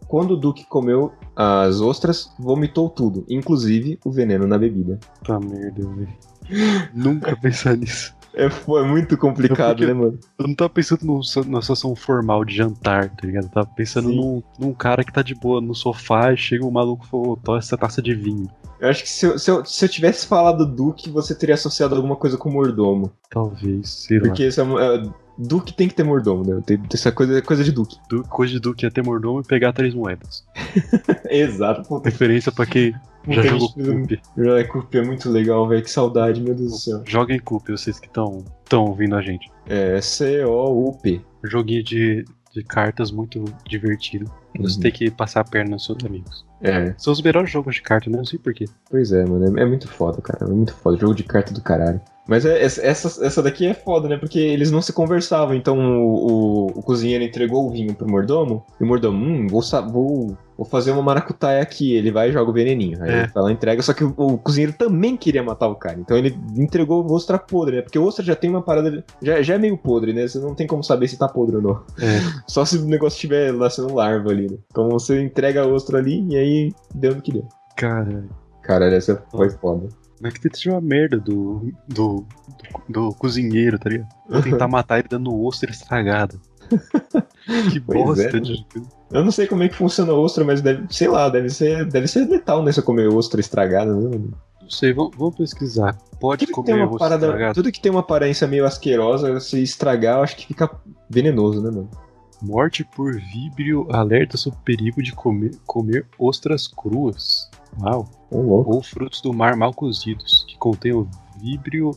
quando o Duque comeu as ostras, vomitou tudo, inclusive o veneno na bebida. Tá merda, velho. Nunca pensar nisso. É muito complicado, né, mano? Eu não tava pensando numa situação formal de jantar, tá ligado? Eu tava pensando num cara que tá de boa no sofá e chega um maluco e falou, toma essa taça de vinho. Eu acho que se eu tivesse falado Duque, você teria associado alguma coisa com mordomo. Talvez, sei lá. Porque Duque tem que ter mordomo, né? Essa coisa de Duque. Coisa de Duque é ter mordomo e pegar 3 moedas. Exato. Puta. Referência pra quem já jogou Coop. Coop é muito legal, velho. Que saudade, meu Deus do céu. Joguem Coop, vocês que estão ouvindo a gente. É, C-O-U-P. Joguinho de cartas muito divertido. Você tem que passar a perna nos seus amigos. É. São os melhores jogos de carta, né? Não sei porquê. Pois é, mano. É muito foda, cara. É muito foda. Jogo de carta do caralho. Mas essa daqui é foda, né? Porque eles não se conversavam. Então o cozinheiro entregou o vinho pro mordomo. E o mordomo, vou fazer uma maracutaia aqui. Ele vai e joga o veneninho. Aí ele vai lá e entrega. Só que o cozinheiro também queria matar o cara. Então ele entregou o ostra podre, né? Porque o ostra já tem uma parada... Já é meio podre, né? Você não tem como saber se tá podre ou não. É. Só se o negócio estiver nascendo larva ali, né? Então você entrega a ostra ali e aí deu no que deu. Caralho, essa foi foda. Mas que seja uma merda do cozinheiro, tá ligado? Vou tentar matar ele dando ostra estragada. Que bosta. Eu não sei como é que funciona a ostra, mas deve ser letal, né? Se eu comer ostra estragada, né, mano? Não sei, vamos pesquisar. Pode comer ostra estragada? Tudo que tem uma aparência meio asquerosa, se estragar, eu acho que fica venenoso, né, mano? Morte por víbrio alerta sobre o perigo de comer ostras cruas. Uau. Ou frutos do mar mal cozidos, que contêm o víbrio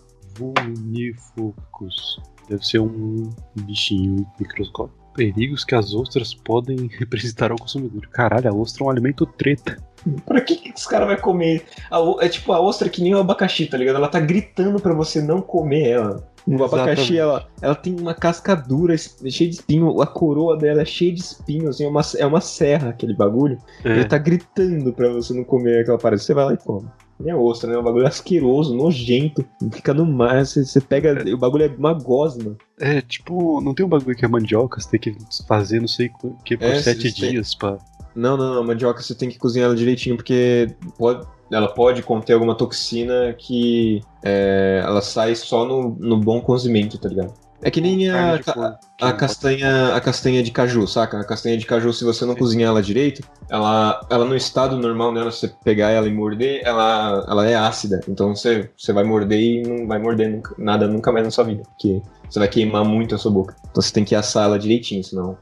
vulnificus. Deve ser um bichinho microscópico. Perigos que as ostras podem representar ao consumidor. Caralho, a ostra é um alimento treta. Pra que os caras vão comer? É tipo a ostra que nem o abacaxi, tá ligado? Ela tá gritando pra você não comer ela. O abacaxi, ela tem uma casca dura, cheia de espinho. A coroa dela é cheia de espinho, assim, é uma serra aquele bagulho. Ele tá gritando pra você não comer aquela parada. Você vai lá e come. É ostra, né? É um bagulho asqueroso, nojento. Fica no mar, você pega. O bagulho é uma gosma. É, tipo, não tem um bagulho que é mandioca, você tem que fazer não sei o que por 7 dias pra. Não, a mandioca você tem que cozinhar ela direitinho, porque ela pode conter alguma toxina que ela sai só no bom cozimento, tá ligado? É que nem a castanha de caju, saca? A castanha de caju, se você não cozinhar ela direito, ela no estado normal dela, se você pegar ela e morder, ela é ácida. Então você vai morder e não vai morder nada nunca mais na sua vida, porque você vai queimar muito a sua boca. Então você tem que assar ela direitinho, senão...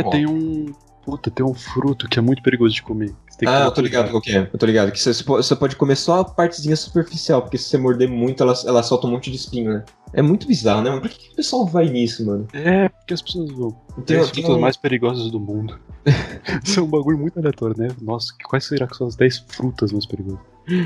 tem um fruto que é muito perigoso de comer. Eu tô ligado qual que é. Eu tô ligado que você pode comer só a partezinha superficial, porque se você morder muito, ela solta um monte de espinho, né? É muito bizarro, né, mano? Por que o pessoal vai nisso, mano? É, porque as pessoas vão. Tem as frutas mais perigosas do mundo. Isso é um bagulho muito aleatório, né? Nossa, quais será que são as 10 frutas mais perigosas?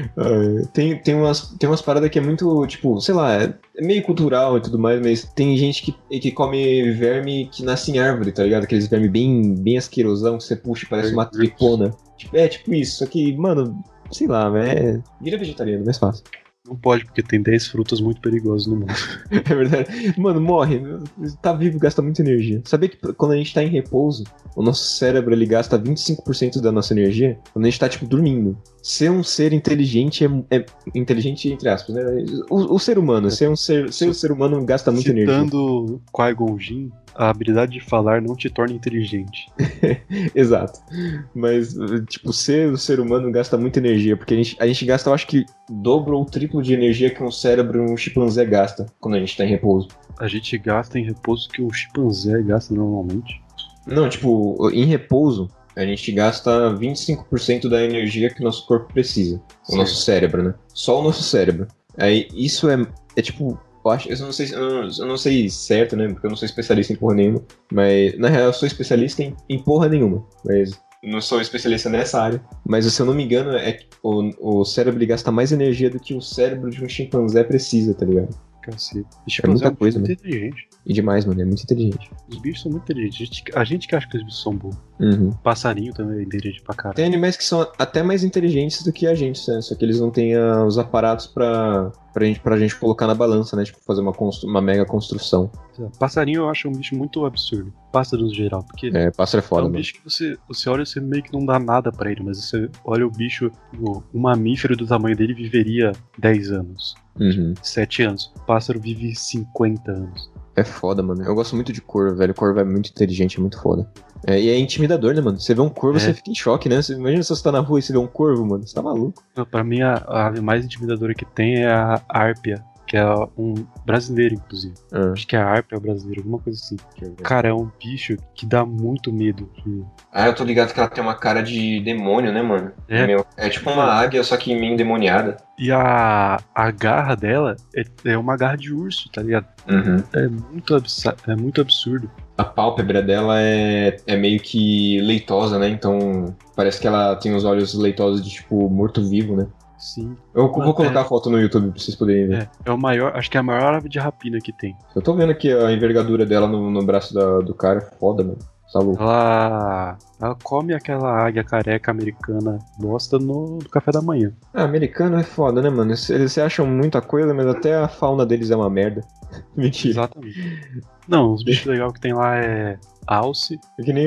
Tem umas paradas que é muito, tipo, sei lá, é meio cultural e tudo mais, mas tem gente que come verme que nasce em árvore, tá ligado? Aqueles vermes bem asquerosão que você puxa e parece uma tripona. Tipo isso, só que, mano, sei lá, vira vegetariano, mais fácil. Não pode, porque tem 10 frutas muito perigosas no mundo. É verdade. Mano, morre. Tá vivo, gasta muita energia. Sabia que quando a gente tá em repouso, o nosso cérebro ele gasta 25% da nossa energia quando a gente tá, tipo, dormindo. Ser um ser inteligente é inteligente, entre aspas, né? O ser humano, ser um ser humano gasta muita energia. Citando Qui-Gon Jinn, a habilidade de falar não te torna inteligente. Exato. Mas, tipo, o ser humano gasta muita energia, porque a gente gasta, eu acho que, dobro ou triplo de energia que um cérebro e um chimpanzé gasta quando a gente tá em repouso. A gente gasta em repouso que um chimpanzé gasta normalmente? Não, tipo, em repouso, a gente gasta 25% da energia que o nosso corpo precisa. O nosso cérebro, né? Só o nosso cérebro. Aí, isso é tipo... Eu não sei certo, né? Porque eu não sou especialista em porra nenhuma. Mas, na real, eu sou especialista em porra nenhuma. Mas não sou especialista nessa área. Mas, se eu não me engano, o cérebro gasta mais energia do que o cérebro de um chimpanzé precisa, tá ligado? Cacete. É muita coisa, muito inteligente. E demais, mano. É muito inteligente. Os bichos são muito inteligentes. A gente que acha que os bichos são burros. Uhum. Passarinho também é inteligente pra caralho. Tem animais que são até mais inteligentes do que a gente, né? Só que eles não têm os aparatos pra pra gente colocar na balança, né? Tipo, fazer uma mega construção. Passarinho eu acho um bicho muito absurdo. Pássaro no geral, porque pássaro é foda, um bicho que você olha e você meio que não dá nada pra ele, mas você olha o bicho, um mamífero do tamanho dele viveria 10 anos, 7 anos. O pássaro vive 50 anos. É foda, mano. Eu gosto muito de corvo, velho. O corvo é muito inteligente, é muito foda. E é intimidador, né, mano? Você vê um corvo, você fica em choque, né? Imagina se você tá na rua e você vê um corvo, mano. Você tá maluco. Pra mim, a ave mais intimidadora que tem é a árpia, que é um brasileiro, inclusive. Acho que é a árpia brasileira, alguma coisa assim. Cara, é um bicho que dá muito medo. Eu tô ligado que ela tem uma cara de demônio, né, mano? É tipo uma águia, só que meio endemoniada. E a garra dela é uma garra de urso, tá ligado? É muito absurdo. A pálpebra dela é meio que leitosa, né? Então parece que ela tem os olhos leitosos de tipo morto-vivo, né? Sim. Eu vou colocar a foto no YouTube pra vocês poderem ver. É o maior, acho que é a maior ave de rapina que tem. Eu tô vendo aqui a envergadura dela no braço do cara, é foda, mano. Tá louco. Ela come aquela águia careca americana bosta no café da manhã. Americano é foda, né, mano? Eles acham muita coisa, mas até a fauna deles é uma merda. Mentira. Exatamente. Não, os bichos legais que tem lá é alce. É que nem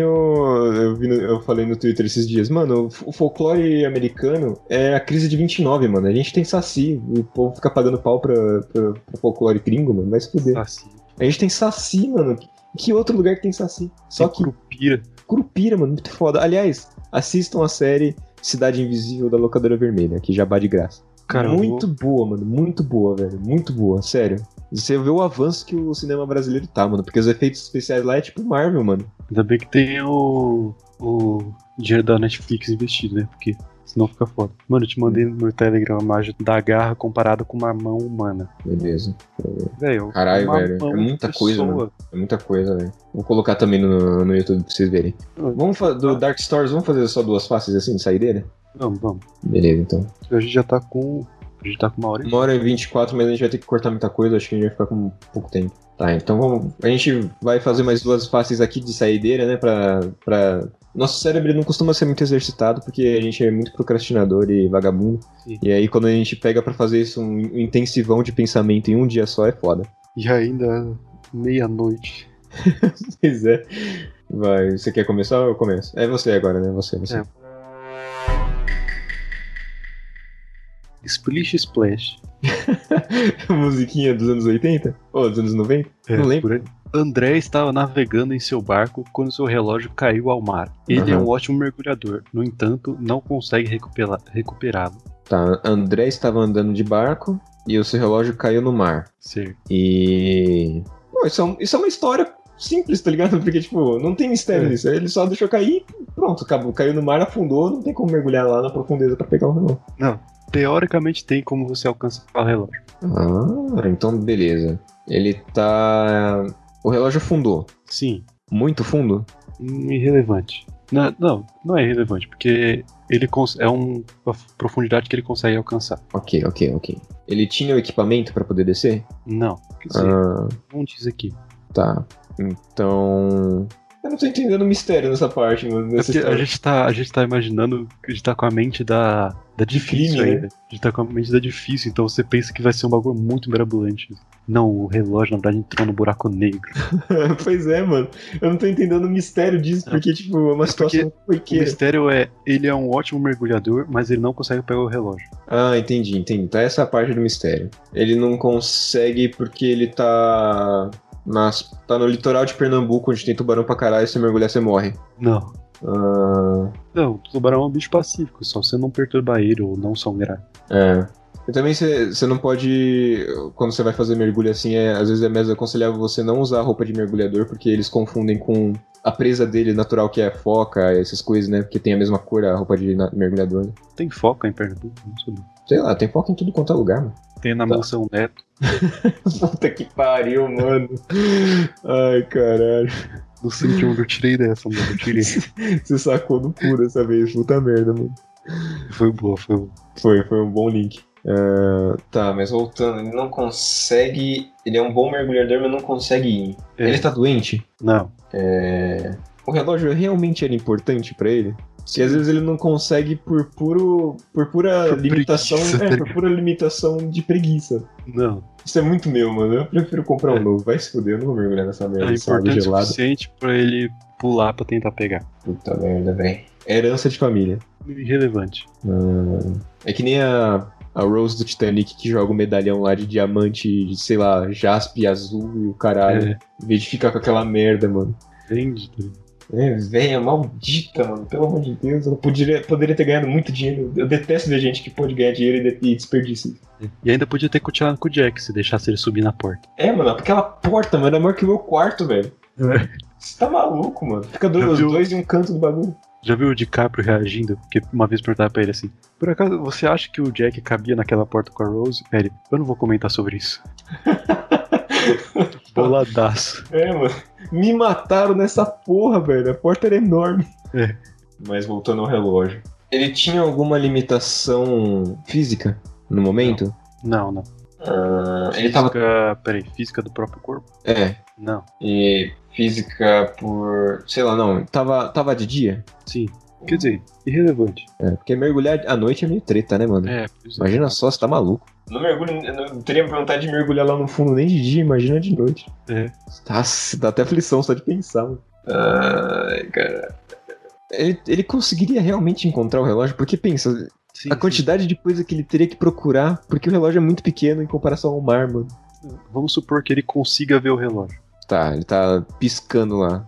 eu falei no Twitter esses dias. Mano, o folclore americano é a crise de 29, mano. A gente tem saci. O povo fica pagando pau pro folclore gringo, mano. Vai se fuder. Saci. A gente tem saci, mano. Que outro lugar que tem saci? Só que Curupira. Curupira, mano. Muito foda. Aliás, assistam a série Cidade Invisível da Locadora Vermelha, que jabá de graça. Cara, muito boa, mano. Muito boa, velho. Muito boa, sério. Você vê o avanço que o cinema brasileiro tá, mano. Porque os efeitos especiais lá é tipo Marvel, mano. Ainda bem que tem o dinheiro da Netflix investido, né? Porque senão fica foda. Mano, eu te mandei no Telegram a imagem da garra comparada com uma mão humana. Beleza. Velho, caralho, velho. É muita coisa, mano. É muita coisa, velho. Vou colocar também no YouTube pra vocês verem. Do Dark Stories, vamos fazer só 2 faces assim de saideira? Vamos. Beleza, então. A gente já tá com uma hora e 1h24, mas a gente vai ter que cortar muita coisa, acho que a gente vai ficar com pouco tempo. Tá, então a gente vai fazer mais 2 faces aqui de saideira, né, pra... Nosso cérebro não costuma ser muito exercitado, porque a gente é muito procrastinador e vagabundo. Sim. E aí quando a gente pega pra fazer isso, um intensivão de pensamento em um dia só, é foda. E ainda meia-noite. Pois é. Vai, você quer começar ou eu começo? É você agora, né, você. Splish Splash. Musiquinha dos anos 80? Ou dos anos 90? Não lembro. André estava navegando em seu barco quando seu relógio caiu ao mar. Ele é um ótimo mergulhador, no entanto, não consegue recuperá-lo. Tá, André estava andando de barco e o seu relógio caiu no mar. Sim. E... Pô, isso é uma história simples, tá ligado? Porque, tipo, não tem mistério nisso. Ele só deixou cair e pronto, acabou. Caiu no mar, afundou, não tem como mergulhar lá na profundeza pra pegar o relógio. Não. Teoricamente tem como você alcançar o relógio. Então beleza. Ele tá... O relógio afundou. Sim. Muito fundo? Irrelevante. Não é irrelevante, porque ele é uma profundidade que ele consegue alcançar. Ok. Ele tinha o equipamento pra poder descer? Não. Quer dizer, não diz aqui. Tá. Então... Eu não tô entendendo o mistério nessa parte, mano. A gente tá imaginando que a gente tá com a mente da difícil ainda. A gente tá com a mente da difícil, então você pensa que vai ser um bagulho muito mirabolante. Não, o relógio, na verdade, entrou no buraco negro. Pois é, mano. Eu não tô entendendo o mistério disso, porque, tipo, é uma situação corriqueira. O mistério ele é um ótimo mergulhador, mas ele não consegue pegar o relógio. Entendi. Então essa é a parte do mistério. Ele não consegue porque ele tá no litoral de Pernambuco, onde tem tubarão pra caralho, se você mergulhar você morre. Não. Não, o tubarão é um bicho pacífico, só você não perturbar ele ou não sangrar. E também você não pode, quando você vai fazer mergulho assim, às vezes é mais aconselhável você não usar roupa de mergulhador, porque eles confundem com a presa dele natural, que é a foca, essas coisas, né? Porque tem a mesma cor a roupa de mergulhador. Né? Tem foca em Pernambuco? Não sabia. Sei lá, tem foca em tudo quanto é lugar, mano. Tem na mansão Neto. Puta que pariu, mano. Ai, caralho. No 5 eu tirei dessa, mano. Eu tirei. Você sacou do cu dessa vez, puta merda, mano. Foi boa. Foi um bom link. Tá, mas voltando, ele não consegue. Ele é um bom mergulhador, mas não consegue ir. Ele tá doente? Não. O relógio realmente era importante pra ele? Que às vezes ele não consegue por pura limitação. Preguiça, Por pura limitação de preguiça. Não. Isso é muito meu, mano. Eu prefiro comprar um novo. Vai se fuder, eu não vou mergulhar nessa merda. É importante o suficiente pra ele pular pra tentar pegar. Puta merda, velho. Herança de família. Irrelevante. É que nem a Rose do Titanic que joga o medalhão lá de diamante, sei lá, jaspe azul e o caralho. Em vez de ficar com aquela merda, mano. Vende. Velha maldita, mano. Pelo amor de Deus. Eu poderia ter ganhado muito dinheiro. Eu detesto ver gente que pode ganhar dinheiro e desperdiça. E ainda podia ter continuado com o Jack se deixasse ele subir na porta. Mano, aquela porta, mano, é maior que o meu quarto, velho. Você tá maluco, mano. Fica os dois em um canto do bagulho. Já viu o DiCaprio reagindo? Porque uma vez perguntaram pra ele assim: por acaso você acha que o Jack cabia naquela porta com a Rose? Ele, eu não vou comentar sobre isso. Boladaço. Mano. Me mataram nessa porra, velho. A porta era enorme. Mas voltando ao relógio. Ele tinha alguma limitação física no momento? Não. Ele tava. Peraí, física do próprio corpo? Não. E física por. Sei lá, não. Tava de dia? Sim. Quer dizer, irrelevante. Porque mergulhar à noite é meio treta, né, mano? Imagina só, você tá maluco. Não teria vontade de mergulhar lá no fundo nem de dia, imagina de noite. Nossa, dá até aflição só de pensar, mano. Ai, cara. Ele conseguiria realmente encontrar o relógio? Porque pensa, a quantidade de coisa que ele teria que procurar, porque o relógio é muito pequeno em comparação ao mar, mano. Vamos supor que ele consiga ver o relógio. Tá, ele tá piscando lá.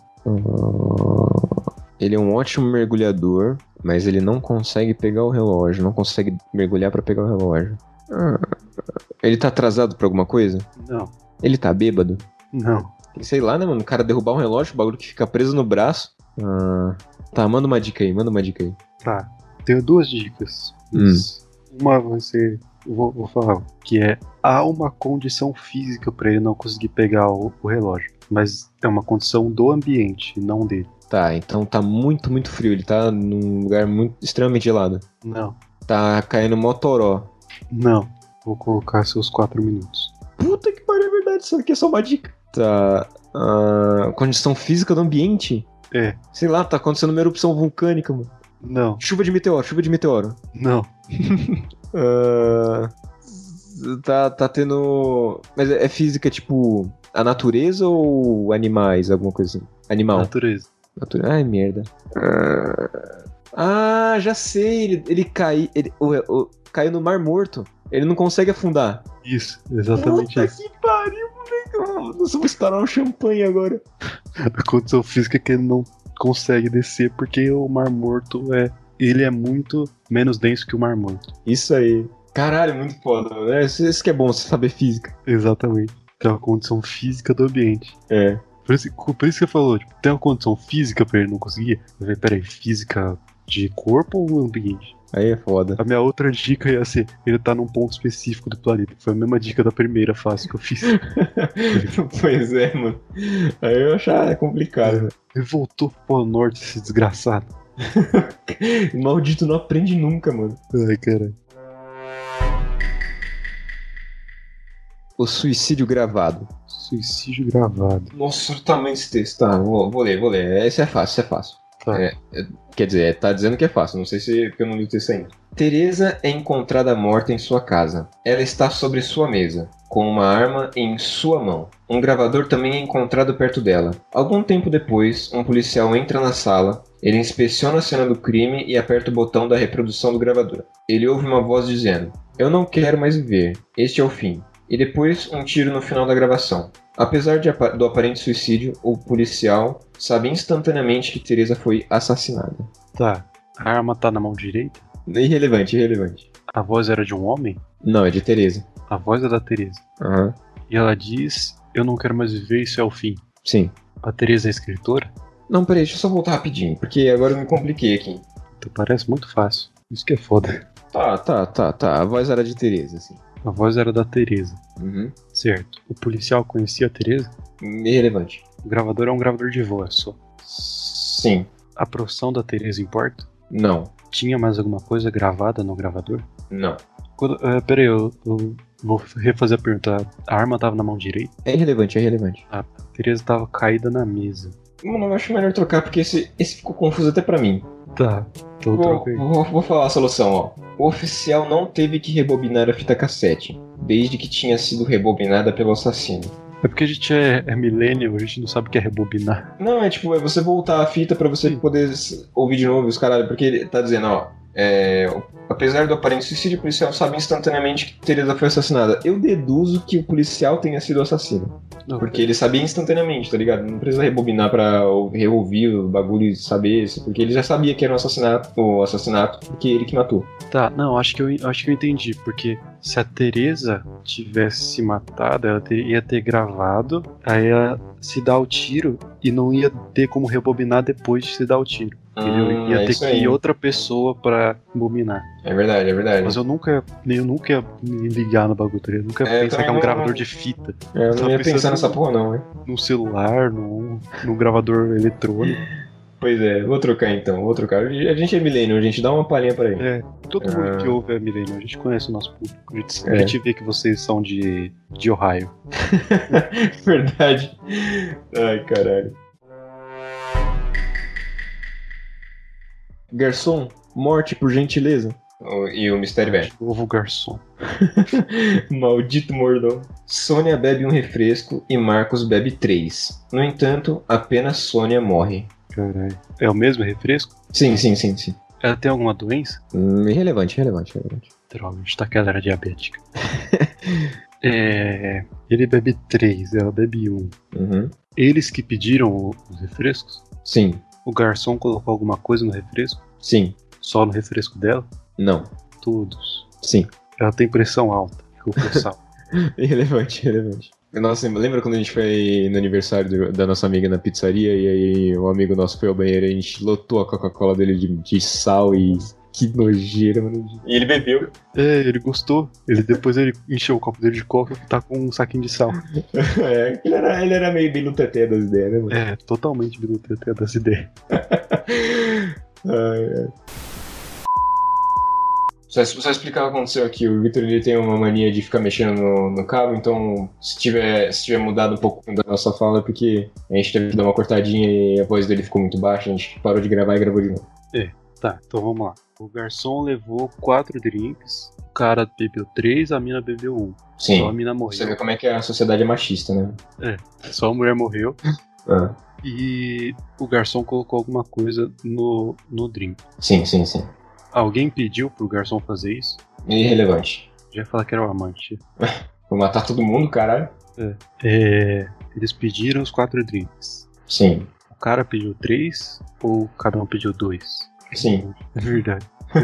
Ele é um ótimo mergulhador, mas ele não consegue pegar o relógio, não consegue mergulhar pra pegar o relógio. Ele tá atrasado pra alguma coisa? Não. Ele tá bêbado? Não. Sei lá, né, mano? O cara derrubar um relógio, o bagulho que fica preso no braço. Tá, manda uma dica aí. Tá, tenho 2 dicas. Uma vai ser, vou falar, que há uma condição física pra ele não conseguir pegar o relógio, mas é uma condição do ambiente, não dele. Tá, então tá muito, muito frio. Ele tá num lugar extremamente gelado. Não. Tá caindo motoró. Não. Vou colocar seus 4 minutos. Puta que pariu, é verdade. Isso aqui é só uma dica. Tá. Condição física do ambiente? Sei lá, tá acontecendo uma erupção vulcânica, mano. Não. Chuva de meteoro. Não. Tá tendo... Mas é física, tipo, a natureza ou animais, alguma coisa assim? Animal. Natureza. Ai, merda. Já sei. Ele caiu no Mar Morto. Ele não consegue afundar. Isso, exatamente. Puta que pariu, moleque. Nós vamos estourar um champanhe agora. A condição física é que ele não consegue descer porque o Mar Morto ele é muito menos denso que o Mar Morto. Isso aí. Caralho, muito foda. Isso que é bom, você saber física. Exatamente. Que é uma condição física do ambiente. Por isso que você falou, tipo, tem uma condição física pra ele não conseguir? Eu falei, peraí, física de corpo ou ambiente? Aí é foda. A minha outra dica ia ser, ele tá num ponto específico do planeta. Foi a mesma dica da primeira fase que eu fiz. Pois é, mano. Aí eu achava complicado. Ele voltou pro Polo Norte, esse desgraçado. Maldito não aprende nunca, mano. Ai, caralho. O suicídio gravado. Suicídio gravado. Nossa, o tamanho desse texto. Tá, vou ler. Esse é fácil. Tá. Quer dizer, tá dizendo que é fácil, não sei se porque eu não li o texto ainda. Teresa é encontrada morta em sua casa. Ela está sobre sua mesa, com uma arma em sua mão. Um gravador também é encontrado perto dela. Algum tempo depois, um policial entra na sala, ele inspeciona a cena do crime e aperta o botão da reprodução do gravador. Ele ouve uma voz dizendo: "Eu não quero mais viver, este é o fim." E depois um tiro no final da gravação. Apesar do aparente suicídio, o policial sabe instantaneamente que Teresa foi assassinada. Tá. A arma tá na mão direita? Irrelevante. A voz era de um homem? Não, é de Teresa. A voz é da Teresa. E ela diz: "Eu não quero mais viver, isso é o fim." Sim. A Teresa é escritora? Não, peraí, deixa eu só voltar rapidinho, porque agora eu me compliquei aqui. Então parece muito fácil. Isso que é foda. Tá. A voz era de Teresa, assim. A voz era da Teresa. Certo. O policial conhecia a Teresa? Irrelevante. O gravador é um gravador de voz só. Sim. A profissão da Teresa importa? Não. Tinha mais alguma coisa gravada no gravador? Não. Peraí, eu vou refazer a pergunta. A arma tava na mão direita? É irrelevante. A Teresa tava caída na mesa. Mano, eu acho melhor trocar, porque esse ficou confuso até pra mim. Tá, então troca aí. Vou falar a solução, ó. O oficial não teve que rebobinar a fita cassete, desde que tinha sido rebobinada pelo assassino. É porque a gente é millennial, a gente não sabe o que é rebobinar. Não, é tipo, é você voltar a fita pra você poder ouvir de novo os caralho, porque ele tá dizendo, ó, apesar do aparente suicídio, o policial sabe instantaneamente que Teresa foi assassinada. Eu deduzo que o policial tenha sido assassino. Porque ele sabia instantaneamente, tá ligado? Não precisa rebobinar pra reouvir o bagulho e saber isso, porque ele já sabia que era o assassinato, porque ele que matou. Tá, não, acho que eu entendi, porque se a Teresa tivesse se matado, ela ia ter gravado, aí ela se dá o tiro e não ia ter como rebobinar depois de se dar o tiro. Ia ter que ir outra pessoa pra rebobinar. É verdade, é verdade. Mas eu nunca ia me ligar no bagulho, eu nunca ia pensar que é um gravador de fita. Eu não ia pensar nessa porra não, né? Num celular, num gravador eletrônico. Pois é, vou trocar então, vou trocar. A gente é millennial, a gente dá uma palhinha pra ele. Todo mundo que ouve é millennial, a gente conhece o nosso público. A gente vê que vocês são de Ohio. Verdade. Ai, caralho. Garçom, morte por gentileza. E o mistério é. Ovo garçom. Maldito mordomo. Sônia bebe um refresco e Marcos bebe 3. No entanto, apenas Sônia morre. Caralho. É o mesmo refresco? Sim. Ela tem alguma doença? Irrelevante. Droga, a gente tá que ela era diabética. Ele bebe 3, ela bebe 1. Uhum. Eles que pediram os refrescos? Sim. O garçom colocou alguma coisa no refresco? Sim. Só no refresco dela? Não. Todos? Sim. Ela tem pressão alta, ficou com sal. Irrelevante. Nossa, lembra quando a gente foi no aniversário da nossa amiga na pizzaria e aí um amigo nosso foi ao banheiro e a gente lotou a Coca-Cola dele de sal e... Que nojeira, mano. E ele bebeu. Ele gostou. Depois ele encheu o copo dele de coca e tá com um saquinho de sal. Ele era meio biluteté das ideias, né, mano? Totalmente biluteté das ideias. Só explicar o que aconteceu aqui. O Victor ele tem uma mania de ficar mexendo no cabo, então se tiver mudado um pouco da nossa fala, porque a gente teve que dar uma cortadinha e a voz dele ficou muito baixa, a gente parou de gravar e gravou de novo. Tá, então vamos lá. O garçom levou 4 drinks, o cara bebeu 3, a mina bebeu 1. Sim. Só a mina morreu. Você vê como é que a sociedade é machista, né? Só a mulher morreu. E o garçom colocou alguma coisa no drink. Sim. Alguém pediu pro garçom fazer isso? Irrelevante. Já ia falar que era o amante. Vou matar todo mundo, caralho. Eles pediram os 4 drinks. Sim. O cara pediu 3 ou cada um pediu 2? Sim. É verdade.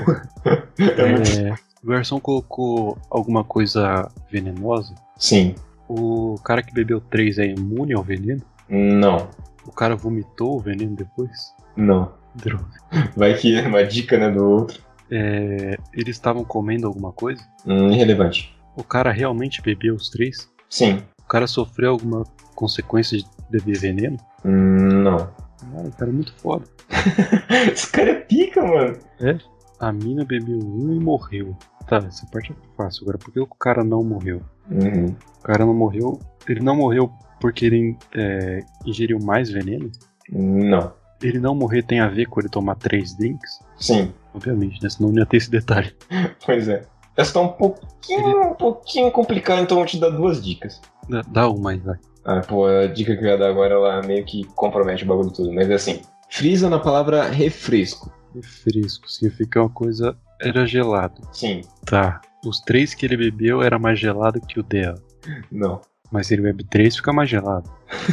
O garçom colocou alguma coisa venenosa? Sim. O cara que bebeu 3 é imune ao veneno? Não. O cara vomitou o veneno depois? Não. Droga. Vai que é uma dica, né, do outro. Eles estavam comendo alguma coisa? Irrelevante. O cara realmente bebeu os 3? Sim. O cara sofreu alguma consequência de beber veneno? Não. O cara é muito foda. Esse cara é pica, mano. A mina bebeu 1 e morreu. Tá, essa parte é fácil. Agora, por que o cara não morreu? O cara não morreu... Ele não morreu porque ele ingeriu mais veneno? Não. Ele não morrer tem a ver com ele tomar 3 drinks? Sim. Obviamente, né? Senão não ia ter esse detalhe. Pois é. Essa tá um pouquinho complicada, então eu vou te dar 2 dicas. Dá uma aí, vai. A dica que eu ia dar agora, ela meio que compromete o bagulho todo. Mas é assim, frisa na palavra refresco. Refresco, significa uma coisa... Era gelado. Sim. Tá. Os 3 que ele bebeu era mais gelado que o dela. Não. Mas se ele bebe 3, fica mais gelado.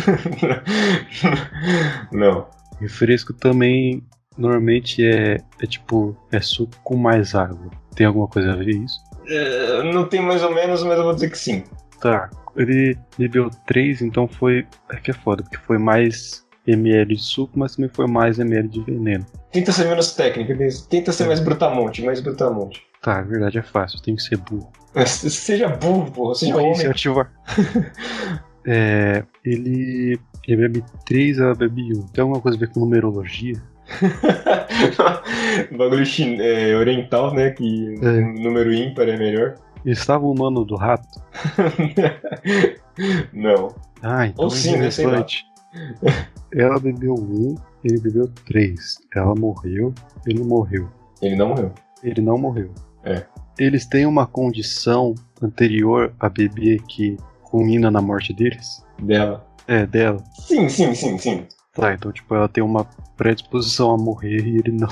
Não. Refresco também, normalmente é suco com mais água. Tem alguma coisa a ver isso? Não tem mais ou menos, mas eu vou dizer que sim. Tá. Ele bebeu 3, então foi... É que é foda, porque foi mais ml de suco, mas também foi mais ml de veneno. Tenta ser menos técnico, tenta ser mais brutamonte. Tá, é verdade, é fácil, tem que ser burro. Seja burro, porra, seja homem. Iniciativa. Ele bebe 3, ela bebe 1. Tem alguma coisa a ver com numerologia? Bagulho oriental, né? Que número ímpar é melhor. Eles estavam no ano do rato? Não. Então ou sim, né? Sei lá. Ela bebeu 1, ele bebeu 3. Ela morreu, ele morreu. Ele não morreu. Ele não morreu. É. Eles têm uma condição anterior a beber que culmina na morte deles? Dela. É, dela. Sim. Tá, então tipo, ela tem uma predisposição a morrer e ele não.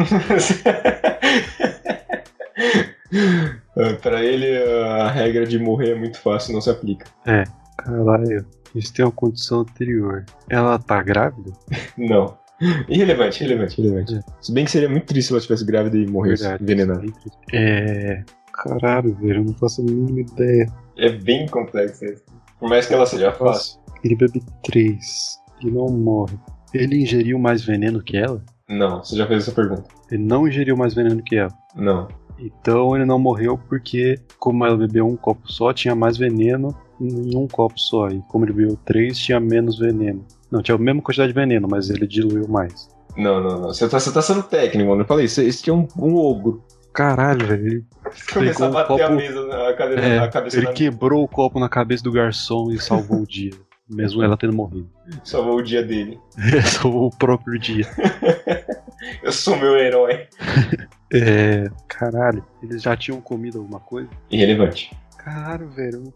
Pra ele, a regra de morrer é muito fácil, não se aplica. É, caralho. Eles têm uma condição anterior. Ela tá grávida? Não. Irrelevante. É. Se bem que seria muito triste se ela estivesse grávida e morresse envenenada. Caralho, velho, eu não faço a mínima ideia. É bem complexo isso. Por mais que ela seja fácil. Ele bebe 3 e não morre. Ele ingeriu mais veneno que ela? Não, você já fez essa pergunta. Ele não ingeriu mais veneno que ela? Não. Então ele não morreu porque, como ela bebeu um copo só, tinha mais veneno em um copo só. E como ele bebeu 3, tinha menos veneno. Não, tinha a mesma quantidade de veneno, mas ele diluiu mais. Não. Você tá sendo técnico, mano. Eu falei, esse aqui é um ogro. Caralho, velho. Ele começou a bater a mesa na cabeça ele da quebrou o copo na cabeça do garçom e salvou o dia. Mesmo ela tendo morrido. Salvou o dia dele. Salvou o próprio dia. Eu sou meu herói. Caralho. Eles já tinham comido alguma coisa? Irrelevante. Caralho, velho.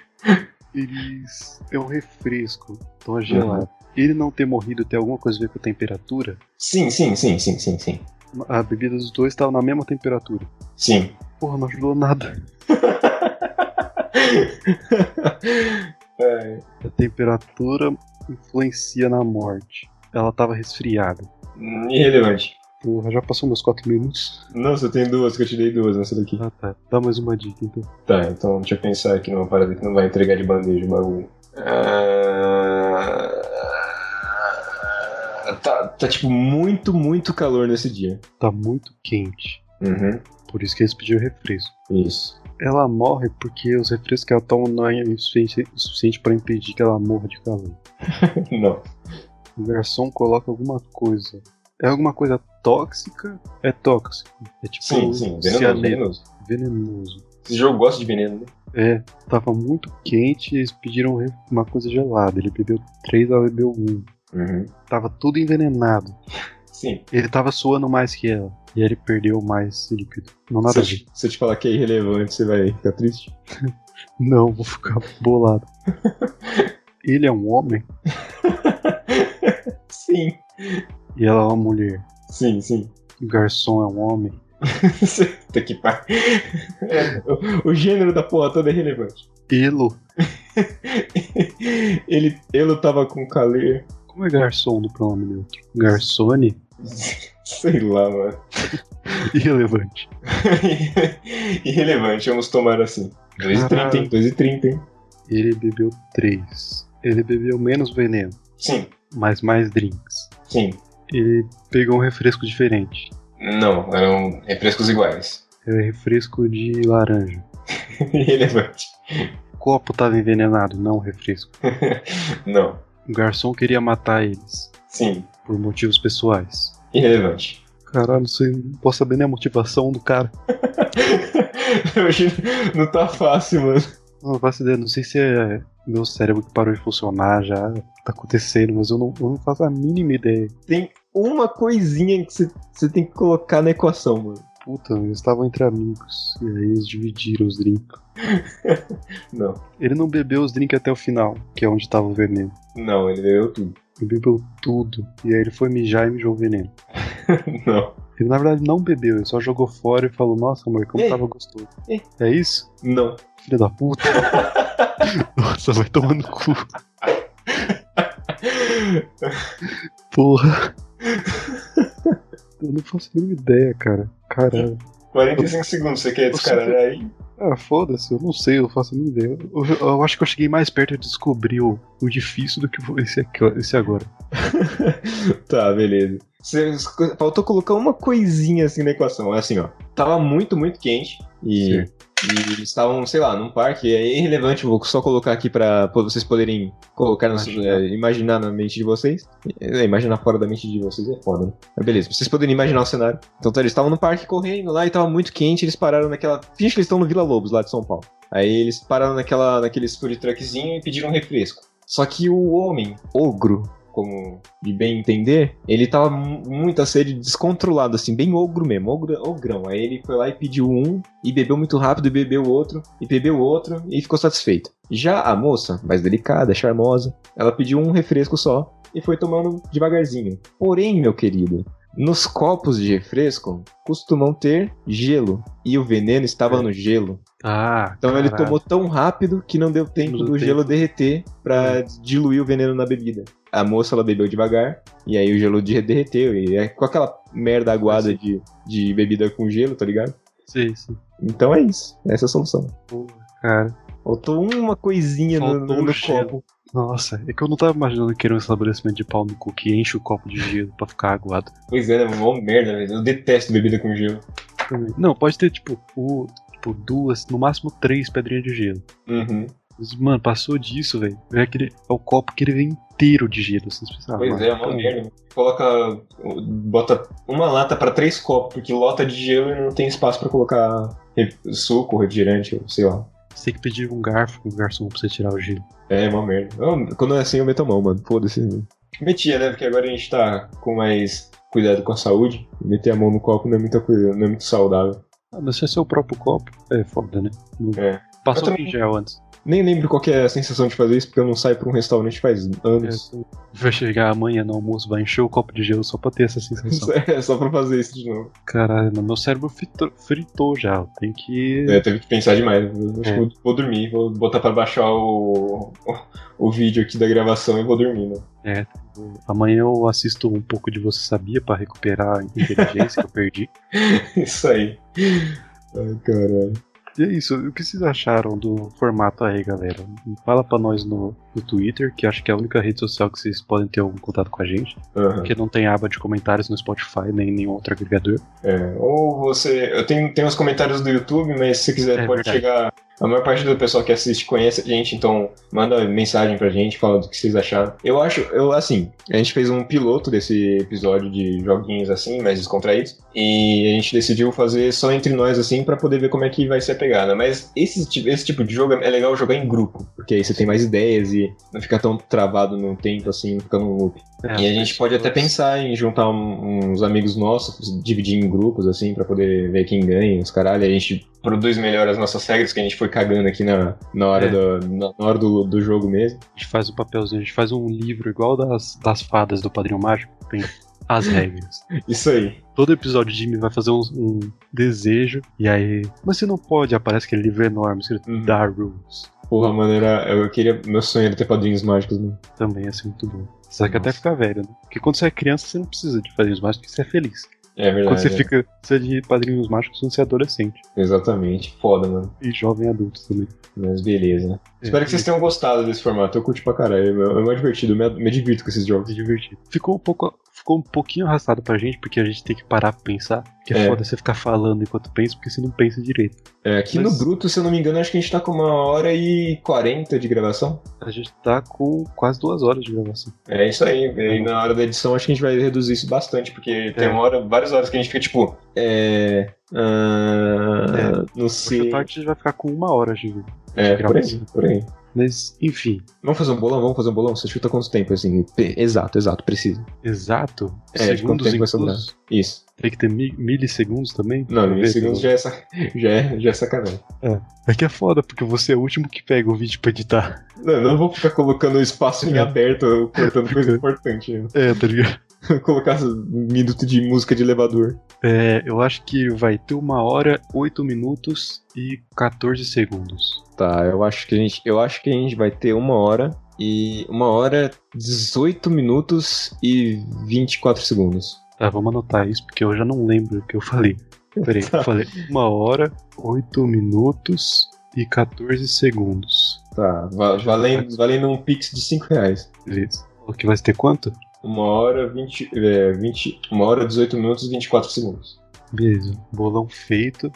É um refresco. Tão gelado. Ele não ter morrido tem alguma coisa a ver com a temperatura? Sim. A bebida dos dois estava na mesma temperatura. Sim. Porra, não ajudou nada. A temperatura influencia na morte. Ela tava resfriada. Irrelevante. Porra, já passou meus 4 minutos? Não, você tem 2, que eu te dei 2 nessa daqui. Ah, tá. Dá mais uma dica, então. Tá, então deixa eu pensar aqui numa parada que não vai entregar de bandeja o bagulho. Tá tipo muito calor nesse dia. Tá muito quente. Uhum. Por isso que eles pediram refresco. Isso. Ela morre porque os refrescos que ela toma não é o suficiente pra impedir que ela morra de calor. Não. O garçom coloca alguma coisa. É alguma coisa tóxica? É tóxico. É tipo. Sim. Venenoso. Esse jogo gosta de veneno, né? É, tava muito quente e eles pediram uma coisa gelada. Ele bebeu 3, ela bebeu 1. Uhum. Tava tudo envenenado. Sim. Ele tava suando mais que ela. E aí ele perdeu mais líquido. Não nada a ver. Se eu te falar que é irrelevante, você vai ficar triste? Não, vou ficar bolado. Ele é um homem? Sim. E ela é uma mulher? Sim. O garçom é um homem? Puta que pariu. O gênero da porra toda é relevante. Elo? Ele tava com calor. Como é garçom no pronome neutro? Garçone? Sei lá, mano. Irrelevante. Irrelevante, vamos tomar assim. 2h30, hein? Ele bebeu 3. Ele bebeu menos veneno. Sim. Mas mais drinks. Sim. Ele pegou um refresco diferente. Não, eram refrescos iguais. Era refresco de laranja. Irrelevante. O copo tava envenenado, não o refresco. Não. O garçom queria matar eles. Sim. Por motivos pessoais. Irrelevante. Caralho, não posso saber nem a motivação do cara. Hoje não tá fácil, mano. Não faço ideia, não sei se é meu cérebro que parou de funcionar já, tá acontecendo, mas eu não faço a mínima ideia. Tem uma coisinha que você tem que colocar na equação, mano. Puta, eles estavam entre amigos, e aí eles dividiram os drinks. Não. Ele não bebeu os drinks até o final, que é onde tava o veneno. Não, ele bebeu tudo. Ele bebeu tudo, e aí ele foi mijar e mijou o veneno. Não. Ele na verdade não bebeu, ele só jogou fora e falou, nossa amor, como tava gostoso. É isso? Não. Filha da puta. Nossa, vai tomar no cu. Porra. Eu não faço a mínima ideia, cara. Caralho. 45 segundos, você quer descaralhar aí? Ah, foda-se, eu não sei, eu faço a mínima ideia. Eu acho que eu cheguei mais perto de descobrir o difícil do que esse agora. Tá, beleza. Faltou colocar uma coisinha assim na equação. É assim, ó. Tava muito quente e eles estavam, sei lá, num parque. É irrelevante, vou só colocar aqui pra vocês poderem colocar, imaginar na mente de vocês. Imaginar fora da mente de vocês é foda, né? Mas beleza, pra vocês poderem imaginar o cenário. Então eles estavam no parque correndo lá e tava muito quente. Eles pararam naquela. Finge que eles estão no Vila Lobos, lá de São Paulo. Aí eles pararam naquele food truckzinho e pediram um refresco. Só que o homem, ogro, como de bem entender, ele tava muita sede, descontrolado, assim, bem ogro mesmo, ogrão. Aí ele foi lá e pediu um, e bebeu muito rápido, e bebeu outro, e ficou satisfeito. Já a moça, mais delicada, charmosa, ela pediu um refresco só, e foi tomando devagarzinho. Porém, meu querido, nos copos de refresco costumam ter gelo. E o veneno estava no gelo. Então caralho. ele tomou tão rápido que não deu tempo do gelo derreter pra diluir o veneno na bebida. A moça, ela bebeu devagar, e aí o gelo derreteu. E é com aquela merda aguada de bebida com gelo, tá ligado? Sim. Então é isso. Essa é a solução. Pô, cara. Faltou uma coisinha no copo. Nossa, é que eu não tava imaginando que era um estabelecimento de pau no cu que enche o copo de gelo pra ficar aguado. Pois é, é uma merda, velho. Eu detesto bebida com gelo. Não, pode ter, tipo, duas, no máximo 3 pedrinhas de gelo. Uhum. Mas, mano, passou disso, velho. É o copo que ele vem inteiro de gelo, assim, Pois é uma merda. Bota uma lata pra 3 copos, porque lota de gelo e não tem espaço pra colocar suco, refrigerante, sei lá. Você tem que pedir um garçom pra você tirar o gelo. É uma merda. Quando é assim eu meto a mão, mano. Foda-se. Metia, né? Porque agora a gente tá com mais cuidado com a saúde. Meter a mão no copo não é muita coisa, não é muito saudável. Mas se é seu próprio copo, é foda, né? Passou em gel antes. Nem lembro qual que é a sensação de fazer isso, porque eu não saio pra um restaurante faz anos. Vai chegar amanhã no almoço, vai encher o copo de gelo só pra ter essa sensação. Só pra fazer isso de novo. Caralho, mano, meu cérebro fritou já. Tem que... teve que pensar demais. Acho que vou dormir, vou botar pra baixar o vídeo aqui da gravação e vou dormir, né? Amanhã eu assisto um pouco de Você Sabia pra recuperar a inteligência que eu perdi. Isso aí. Ai, caralho. E é isso, o que vocês acharam do formato aí, galera? Fala pra nós no Twitter, que acho que é a única rede social que vocês podem ter algum contato com a gente. Porque não tem aba de comentários no Spotify, nem nenhum outro agregador. Ou você... Eu tenho uns comentários do YouTube, mas se você quiser pode chegar... A maior parte do pessoal que assiste conhece a gente, então manda mensagem pra gente, fala do que vocês acharam. Assim, a gente fez um piloto desse episódio de joguinhos assim, mais descontraídos, e a gente decidiu fazer só entre nós assim, pra poder ver como é que vai ser a pegada. Mas esse tipo de jogo é legal jogar em grupo, porque aí você tem mais ideias e não fica tão travado no tempo assim, não fica num loop. E a gente pode até pensar em juntar uns amigos nossos, dividir em grupos, assim, pra poder ver quem ganha, os caralho. A gente produz melhor as nossas regras que a gente foi cagando aqui na hora do jogo mesmo. A gente faz um papelzinho, a gente faz um livro igual das fadas do Padrinho Mágico, tem as regras. Isso aí. Todo episódio de Jimmy vai fazer um desejo, e aí... Mas você não pode, aparece aquele livro enorme escrito The Rules. Porra, mano, meu sonho era ter padrinhos mágicos, mano. Também ia ser muito bom. Só que até ficar velho, né? Porque quando você é criança, você não precisa de padrinhos mágicos, porque você é feliz. É verdade. Quando você precisa de padrinhos mágicos quando você é adolescente. Exatamente. Foda, mano. E jovem adulto também. Mas beleza. Espero que vocês tenham gostado desse formato. Eu curti pra caralho. É mais divertido. Me divirto com esses jogos. É divertido. Ficou um pouquinho arrastado pra gente, porque a gente tem que parar pra pensar. Que é foda você ficar falando enquanto pensa, porque você não pensa direito. Aqui no Bruto, se eu não me engano, acho que a gente tá com 1h40 de gravação. A gente tá com quase 2 horas de gravação. É isso aí. E na hora da edição, acho que a gente vai reduzir isso bastante, porque tem várias horas que a gente fica tipo... não sei. Essa parte vai ficar com 1 hora de gravação. Por aí. Mas, enfim. Vamos fazer um bolão? Você chuta quanto tempo, assim? Exato, preciso. Exato? Segundos e minutos? Isso. Tem que ter milissegundos também? Não, milissegundos já é sacanagem. É que é foda, porque você é o último que pega o vídeo pra editar. Eu não vou ficar colocando o espaço em aberto, cortando coisa importante. Tá ligado? Colocar um minuto de música de elevador. Eu acho que vai ter 1h, 8 minutos e 14 segundos. Tá, eu acho que a gente vai ter 1h e 1h, 18 minutos e 24 segundos. Tá, vamos anotar isso, porque eu já não lembro o que eu falei. Peraí, eu falei 1h, 8 minutos e 14 segundos. Tá, valendo um pix de R$5. Beleza. O que vai ter quanto? 1h, 18 minutos e 24 segundos. Beleza, bolão feito.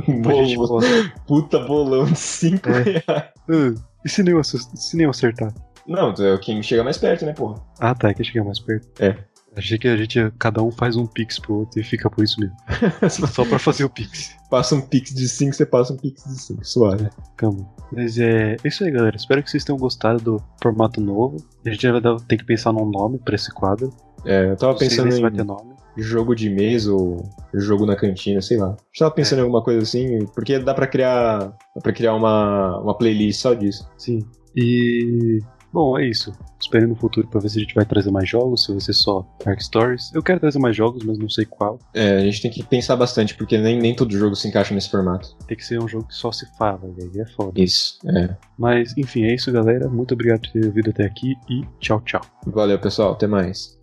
Puta bolão de R$5. E se nem eu acertar? Não, é quem chega mais perto, né, porra? Ah, tá, quem chega mais perto. Achei que cada um faz um pix pro outro e fica por isso mesmo. Só pra fazer o pix. Passa um pix de 5, você passa um pix de 5, suave. Calma. Mas é isso aí, galera. Espero que vocês tenham gostado do formato novo. A gente vai ter que pensar num nome pra esse quadro. Eu tava pensando se em vai ter nome. Jogo de mesa ou jogo na cantina, sei lá. Tava pensando em alguma coisa assim, porque dá pra criar uma playlist só disso. Sim. E... Bom, é isso. Esperei no futuro pra ver se a gente vai trazer mais jogos, se vai ser só Ark Stories. Eu quero trazer mais jogos, mas não sei qual. A gente tem que pensar bastante, porque nem todo jogo se encaixa nesse formato. Tem que ser um jogo que só se fala, velho. É foda. Isso, Mas, enfim, é isso, galera. Muito obrigado por ter ouvido até aqui e tchau, tchau. Valeu, pessoal. Até mais.